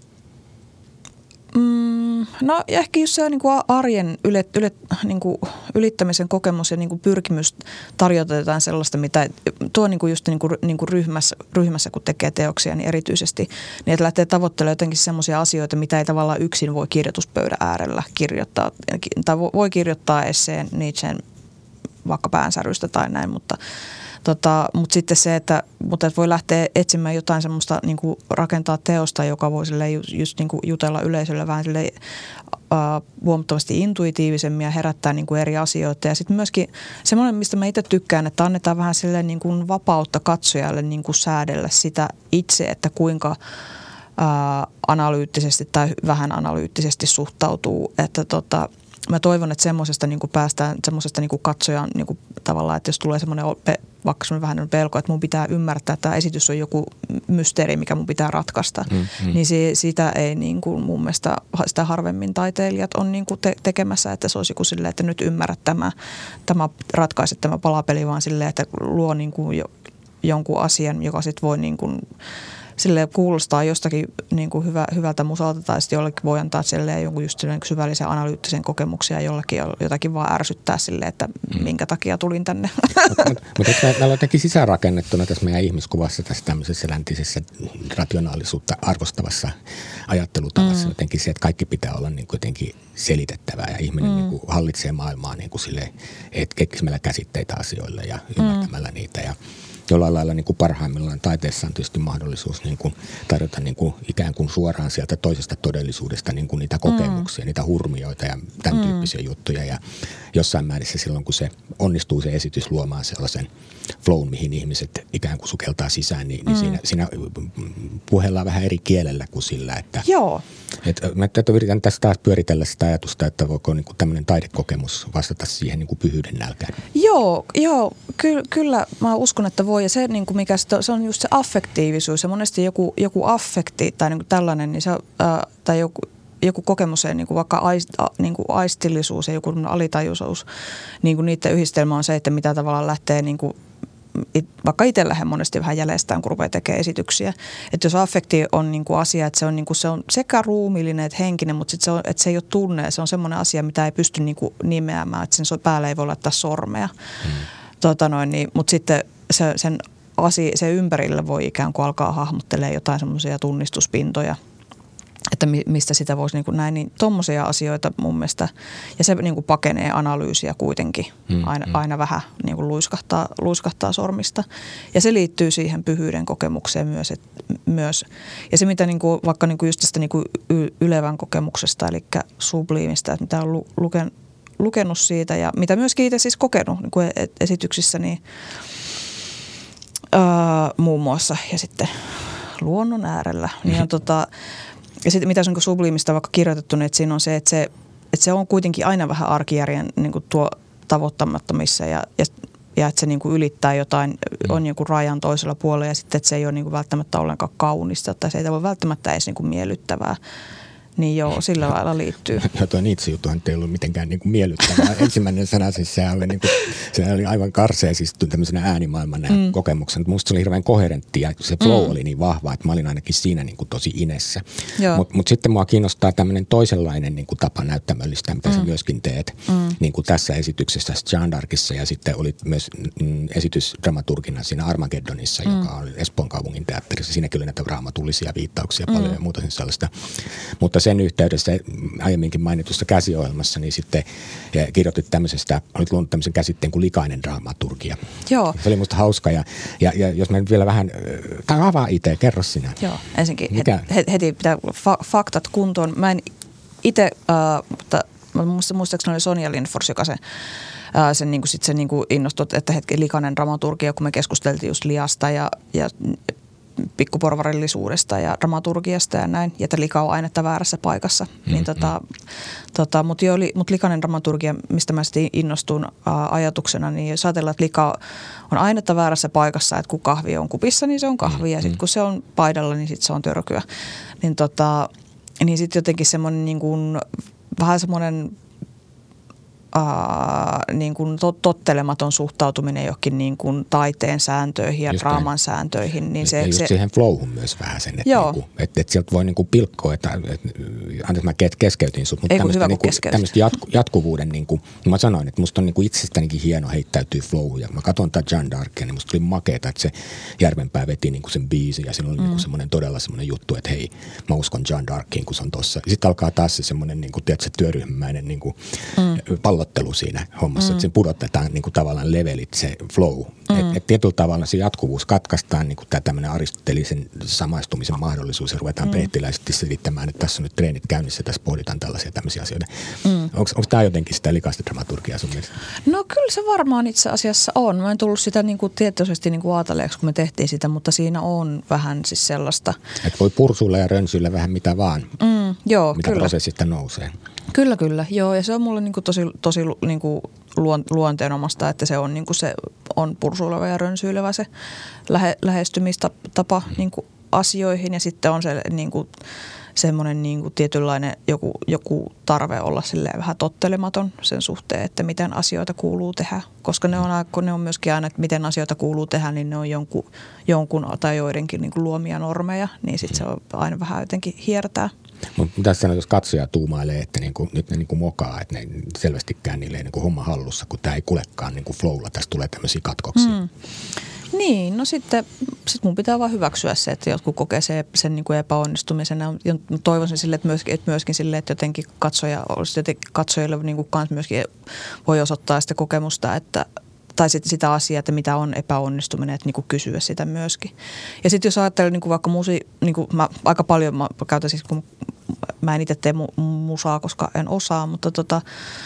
Mm, no ehkä just se niin kuin arjen ylet, ylet, niin kuin ylittämisen kokemus ja niin kuin pyrkimys tarjota jotain sellaista, mitä tuo niin kuin just niin kuin, niin kuin ryhmässä, ryhmässä, kun tekee teoksia, niin erityisesti, niin että lähtee tavoittelemaan jotenkin sellaisia asioita, mitä ei tavallaan yksin voi kirjoituspöydän äärellä kirjoittaa, tai voi kirjoittaa esseen Nietzschen vaikka päänsärystä tai näin, mutta Tota, mutta sitten se, että, mutta että voi lähteä etsimään jotain semmoista, niin kuin rakentaa teosta, joka voi just, just niin kuin jutella yleisölle vähän silleen, uh, huomattavasti intuitiivisemmin ja herättää niin kuin eri asioita. Ja sitten myöskin semmoinen, mistä mä itse tykkään, että annetaan vähän silleen niin kuin vapautta katsojalle niin kuin säädellä sitä itse, että kuinka uh, analyyttisesti tai vähän analyyttisesti suhtautuu, että tota, mä toivon, että semmoisesta niin kuin päästään, semmoisesta niin kuin katsojan niin kuin tavallaan, että jos tulee semmoinen vaikka semmoinen vähän pelko, että mun pitää ymmärtää, että tämä esitys on joku mysteeri, mikä mun pitää ratkaista, mm, mm. niin si, sitä ei niin kuin mun mielestä, sitä harvemmin taiteilijat on niin kuin te, tekemässä, että se olisi joku silleen, että nyt ymmärrät tämä, tämä ratkaise tämä palapeli, vaan silleen, että luo niin kuin jo, jonkun asian, joka sitten voi niin kuin silleen kuulostaa jostakin niin kuin hyvä, hyvältä musalta tai sitten jollekin voi antaa silleen jonkun just silleen syvällisen analyyttisen kokemuksia ja jollekin jotakin vaan ärsyttää silleen, että mm. minkä takia tulin tänne. Mutta mut, mut eikö meillä ole jotenkin sisäänrakennettuna tässä meidän ihmiskuvassa tässä tämmöisessä läntisessä rationaalisuutta arvostavassa ajattelutavassa mm. jotenkin se, että kaikki pitää olla niin kuin jotenkin selitettävää ja ihminen mm. niin kuin hallitsee maailmaa niin kuin silleen, että keksimällä käsitteitä asioille ja ymmärtämällä mm. niitä ja jollain lailla niin kuin parhaimmillaan taiteessa on tietysti mahdollisuus niin kuin tarjota niin kuin ikään kuin suoraan sieltä toisesta todellisuudesta niin kuin niitä kokemuksia, mm. niitä hurmioita ja tämän mm. tyyppisiä juttuja. Ja jossain määrissä silloin, kun se onnistuu se esitys luomaan sellaisen flown, mihin ihmiset ikään kuin sukeltaa sisään, niin, niin mm. siinä, siinä puhellaan vähän eri kielellä kuin sillä, että Joo. Et, mä yritän tässä taas pyöritellä sitä ajatusta, että voiko niin kuin tämmöinen taidekokemus vastata siihen niin kuin pyhyyden nälkään. Joo, joo ky- kyllä mä uskon, että voi. Ja se, niin kuin mikä se on just se affektiivisuus ja monesti joku, joku affekti tai niin kuin tällainen, niin se, ää, tai joku, joku kokemus, niin kuin vaikka aist, a, niin kuin aistillisuus ja joku alitajuisuus, niin kuin niiden yhdistelmä on se, että mitä tavallaan lähtee niin kuin It, vaikka itse lähden monesti vähän jäljestään, kun rupeaa tekemään esityksiä. Että jos affekti on niinku asia, että se on, niinku, se on sekä ruumiillinen että henkinen, mutta sit se, on, että se ei ole tunne. Se on semmoinen asia, mitä ei pysty niinku nimeämään, että sen päälle ei voi laittaa sormea. Mm. Tota noin, niin, mutta sitten se, sen asia, se ympärillä voi ikään kuin alkaa hahmottelemaan jotain semmoisia tunnistuspintoja, että mistä sitä voisi niin kuin näin, niin tommosia asioita mun mielestä, ja se niin kuin pakenee analyysiä kuitenkin, mm, aina, mm. aina vähän niin kuin luiskahtaa, luiskahtaa sormista. Ja se liittyy siihen pyhyyden kokemukseen myös. Et, myös. Ja se mitä niin kuin, vaikka niin kuin just tästä niin kuin ylevän kokemuksesta, eli subliimista, että mitä on lu, luken, lukenut siitä, ja mitä myöskin itse siis kokenut niin kuin esityksissä, niin ää, muun muassa, ja sitten luonnon äärellä, niin on tota... Ja sitten mitä se on subliimista vaikka kirjoitettu, niin että siinä on se, että se, että se on kuitenkin aina vähän arkijärjen niin kuin tuo tavoittamattomissa ja, ja, ja että se niin kuin ylittää jotain, on joku rajan toisella puolella ja sitten, että se ei ole niin kuin välttämättä ollenkaan kaunista tai se ei ole välttämättä edes niin kuin miellyttävää. Niin joo, sillä lailla liittyy. Ja tuo Nietzsche-juttuhan ei ollut mitenkään niin kuin miellyttävää. Ensimmäinen sana siis se oli, niin kuin, se oli aivan karsea siis tämmöisenä äänimaailman mm. kokemuksen. Musta se oli hirveän koherentti ja se flow mm. oli niin vahva, että mä olin ainakin siinä niin kuin tosi inessä. Mutta mut sitten mua kiinnostaa tämmöinen toisenlainen niin kuin tapa näyttämöllistä, mitä mm. sä myöskin teet mm. niin kuin tässä esityksessä Jeanne d'Arcissa ja sitten oli myös mm, esitys dramaturgina siinä Armageddonissa, mm. joka oli Espoon kaupungin teatterissa. Siinäkin oli näitä raamatullisia viittauksia mm. paljon ja muuta sellaista. Mutta sen yhteydessä aiemminkin mainitussa käsiohjelmassa, niin sitten kirjoitit tämmöisestä, olit luonut tämmöisen käsitteen kuin likainen dramaturgia. Joo. Se oli musta hauska ja, ja, ja jos mä nyt vielä vähän, tai avaa itse, kerro sinä. Joo, ensinnäkin heti, heti pitää fa- faktat kuntoon. Mä en itse, äh, mutta muistaakseni oli Sonja Lindfors, joka sen, äh, sen, niin kuin, sit sen niin kuin innostui, että hetki likainen dramaturgia, kun me keskusteltiin just liasta ja, ja pikkuporvarillisuudesta ja dramaturgiasta ja näin, ja että lika on ainetta väärässä paikassa. Mm-hmm. Niin tota, tota, mutta mut likainen dramaturgia, mistä mä sitten innostun ää, ajatuksena, niin jos ajatellaan, että lika on ainetta väärässä paikassa, että kun kahvi on kupissa, niin se on kahvi, mm-hmm. ja sitten kun se on paidalla, niin sitten se on törkyä. Niin, tota, niin sitten jotenkin semmoinen niin kuin, vähän semmoinen Uh, niin kuin tottelematon suhtautuminen johonkin niin kuin taiteen sääntöihin ja just draaman näin. Sääntöihin. Niin ja se, just se, siihen flowhun myös vähän sen, että, niinku, että, että sieltä voi niinku pilkkoa, että, että anteeksi mä keskeytin sut, mutta tämmöistä, niinku, tämmöistä jatku, jatkuvuuden, niinku, niin mä sanoin, että musta on niinku itsestänikin hieno heittäytyy flowhun ja mä katson tätä Jeanne d'Arcia, niin musta tuli makeeta, että se Järvenpää veti niinku sen biisin ja siinä oli mm. niinku semmoinen todella semmoinen juttu, että hei, mä uskon Jeanne d'Arciin, kun se on tossa. Sitten alkaa taas se semmoinen niinku, tiedätkö, työryhmäinen niinku, mm. pallottelu siinä hommassa, mm. että sen pudotetaan niin kuin tavallaan levelit, se flow. Mm. Että et tietyllä tavalla se jatkuvuus katkaistaan niin kuin tämä tämmöinen aristotelisen samaistumisen mahdollisuus ja ruvetaan mm. preettiläisesti selittämään, että tässä on nyt treenit käynnissä, tässä pohditaan tällaisia tämmöisiä asioita. Mm. Onko tämä jotenkin sitä likaista dramaturgiaa sun mielestä? No kyllä se varmaan itse asiassa on. Mä en tullut sitä niin kuin tietoisesti niin kuin ajatelleeksi, kun me tehtiin sitä, mutta siinä on vähän siis sellaista. Että voi pursuilla ja rönsyillä vähän mitä vaan, mm, joo, mitä kyllä. prosessista nousee. Kyllä, kyllä. Joo, ja se on mulle niinku tosi, tosi niinku luonteenomasta, että se on, niinku se on pursuileva ja rönsyilevä se lähe, lähestymistapa niinku asioihin. Ja sitten on se niinku, semmoinen niinku tietynlainen joku, joku tarve olla silleen vähän tottelematon sen suhteen, että miten asioita kuuluu tehdä. Koska ne on, kun ne on myöskin aina, että miten asioita kuuluu tehdä, niin ne on jonkun, jonkun tai joidenkin niinku luomia normeja, niin sitten se on aina vähän jotenkin hiertää. Mutta mitä sanoa, jos katsoja tuumailee, että niinku, nyt ne niinku mokaa, että ne selvästikään niille ei niinku homma hallussa, kun tämä ei kulekaan niinku flowlla, tässä tulee tämmöisiä katkoksia. Mm. Niin, no sitten sit mun pitää vaan hyväksyä se, että jotkut kokee sen, sen niinku epäonnistumisena. Toivoisin sille, että myöskin, että myöskin sille, että jotenkin katsoja, jotenkin katsojille niinku kans myöskin voi osoittaa sitä kokemusta, että tai sitten sitä asiaa, että mitä on epäonnistuminen, että niinku kysyä sitä myöskin. Ja sitten jos ajattelee niinku vaikka musi, niinku mä aika paljon mä käytän siis, kun mä en itse tee mu- musaa, koska en osaa, mutta tota,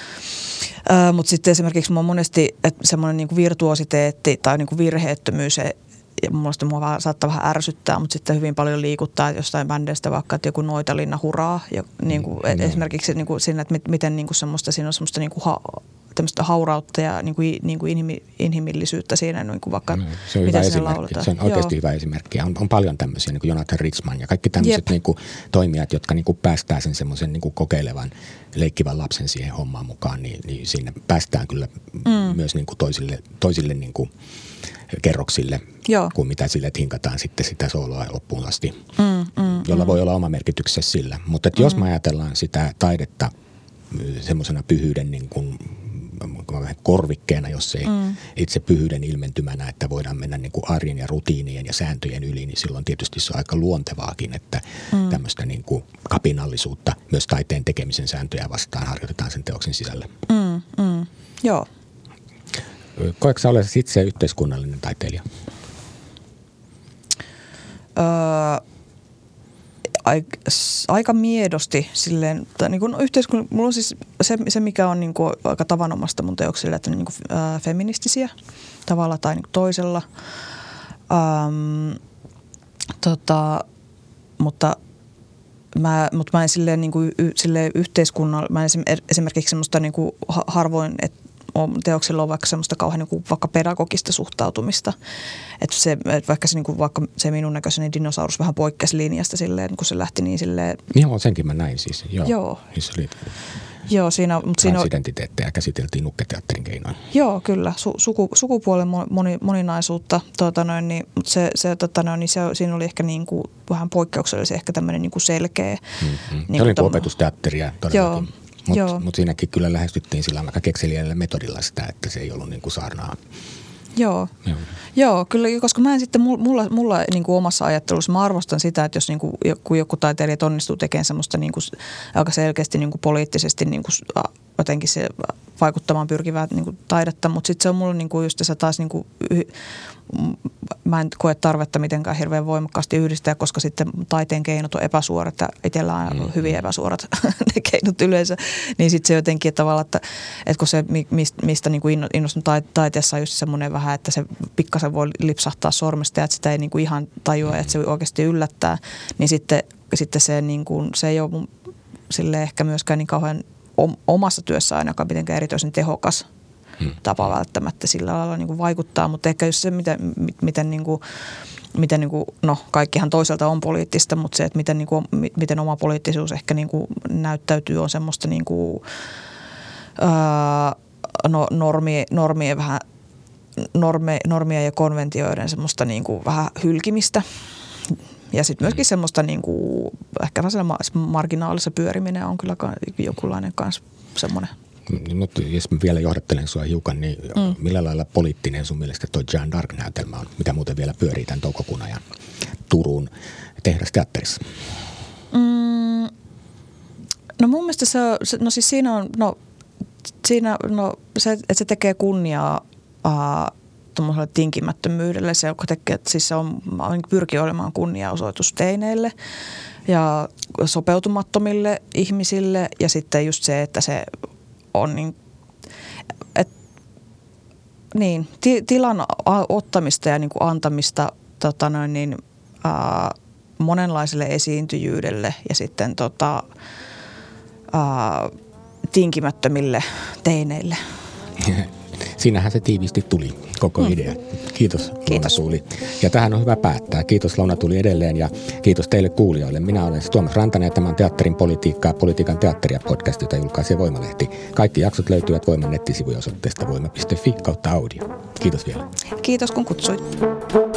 ää, mut sitten esimerkiksi mä oon monesti semmoinen niinku virtuositeetti tai niinku virheettömyys, ja mun mielestä mua vähän, saattaa vähän ärsyttää, mutta sitten hyvin paljon liikuttaa jostain bändeistä vaikka, että joku Noitalinna huraa. Ja, niin kuin, mm, esimerkiksi niin kuin siinä, että miten niin kuin semmoista, siinä on semmoista niin kuin ha, tämmöistä haurautta ja niin kuin, niin kuin inhimi, inhimillisyyttä siinä, niin kuin vaikka no, se on mitä hyvä siinä lauletaan. Se on oikeasti Joo. hyvä esimerkki. On, on paljon tämmöisiä, niin kuin Jonathan Richman ja kaikki tämmöiset niin kuin toimijat, jotka niin kuin päästään sen semmoisen niin kuin kokeilevan, leikkivän lapsen siihen hommaan mukaan, niin, niin siinä päästään kyllä mm. myös niin kuin toisille, toisille niin kuin kerroksille, Joo. kuin mitä sille, että hinkataan sitten sitä sooloa loppuun asti, mm, mm, jolla mm. voi olla oma merkityksessä sillä. Mutta mm. jos me ajatellaan sitä taidetta semmoisena pyhyyden niin kuin korvikkeena, jos ei mm. itse pyhyyden ilmentymänä, että voidaan mennä niin kuin arjen ja rutiinien ja sääntöjen yli, niin silloin tietysti se on aika luontevaakin, että mm. tämmöistä niin kuin kapinallisuutta myös taiteen tekemisen sääntöjä vastaan harjoitetaan sen teoksen sisällä. Mm, mm. Joo. Koetko sä olesi itse yhteiskunnallinen taiteilija? Öö, aika miedosti silleen, tai niin kuin yhteiskunnan, mulla on siis se, se mikä on niin kuin aika tavanomasta mun teoksille, että ne niin kuin, ää, feministisiä tavalla tai niin kuin toisella. Ähm, tota, mutta mä, mutta mä en silleen, niin kuin, silleen yhteiskunnalla, mä en esimerkiksi semmoista niin kuin harvoin, että teoksilla on vaikka semmoista kauhean niin kuin vaikka pedagogista suhtautumista. Että se, että vaikka se, niin kuin, vaikka se minun näköiseni dinosaurus vähän poikkesi linjasta silleen, kun se lähti niin silleen. Joo, senkin mä näin siis. Joo. Joo. Oli Joo, siinä, mutta siinä transidentiteettejä käsiteltiin nukketeatterin keinoin. Joo, kyllä. Su, suku, sukupuolen moni, moninaisuutta, tuota noin, niin, mutta se, se, tota noin, niin se, siinä oli ehkä niin kuin, vähän poikkeuksellisen ehkä tämmöinen niin kuin selkeä. Mm-hmm. Niin se oli kuin opetusteatteria todellakin. Mutta mut siinäkin kyllä lähestyttiin sillä aika kekseliällä metodilla sitä, että se ei ollut niin kuin saarnaa. Joo. Joo. Joo, kyllä, koska mä en sitten, mulla, mulla niin kuin omassa ajattelussa, mä arvostan sitä, että jos niin kuin, kun joku taiteilijat onnistuu tekemään semmoista niin kuin, aika selkeästi niin kuin poliittisesti niin kuin, jotenkin se vaikuttamaan pyrkivää niin kuin taidetta, mutta sitten se on mulle niin kuin just se taas, niin kuin, mä en koe tarvetta mitenkään hirveän voimakkaasti yhdistää, koska sitten taiteen keinot on epäsuorat ja itsellä on mm. hyvin epäsuorat ne keinot yleensä, niin sitten se jotenkin että tavallaan, että, että kun se mistä, mistä niin kuin innostun taiteessa on just semmoinen vähän, että se pikkasen voi lipsahtaa sormesta ja että sitä ei niin kuin ihan tajua, että se oikeasti yllättää, niin sitten, sitten se, niin kuin, se ei ole mun, sille ehkä myöskään niin kauhean omassa työssä ainakaan mitenkään erityisen tehokas hmm. tapa välttämättä sillä lailla niin kuin vaikuttaa, mutta ehkä just se, miten, miten, niin kuin, miten niin kuin, no kaikkihan toiselta on poliittista, mutta se, että miten, niin kuin, miten oma poliittisuus ehkä niin kuin näyttäytyy, on semmoista niin kuin, ää, no, normien, normien vähän, norme, normien ja konventioiden semmoista niin kuin vähän hylkimistä. Ja sitten myöskin semmoista niin kuin, ehkä marginaalissa pyöriminen on kyllä jokinlainen kanssa semmoinen. Mutta jos mä vielä johdattelen sua hiukan, niin mm. millä lailla poliittinen sun mielestä tuo Jeanne d'Arc-näytelmä on, mitä muuten vielä pyörii tämän toukokuun ajan Turun Tehdasteatterissa? Mm, no mun mielestä se, no siis siinä on, no siinä, no se, että se tekee kunniaa uh, tuommoiselle tinkimättömyydelle, se, joka tekee, siis se on, pyrkii olemaan kunniaosoitus teineille ja sopeutumattomille ihmisille ja sitten just se, että se on niin, et, niin ti, tilan ottamista ja niin kuin antamista tota noin niin, ää, monenlaiselle esiintyjyydelle ja sitten tota, ää, tinkimättömille teineille. Siinähän se tiiviisti tuli, koko mm. idea. Kiitos, Launa Tuuli. Ja tähän on hyvä päättää. Kiitos Launa Tuuli edelleen ja kiitos teille kuulijoille. Minä olen Tuomas Rantanen ja tämä on Teatterin politiikkaa, politiikan teatteria podcast, jota julkaisee Voimalehti. Kaikki jaksot löytyvät Voiman nettisivujen osoitteesta voima piste fi kautta audio. Kiitos vielä. Kiitos kun kutsuit.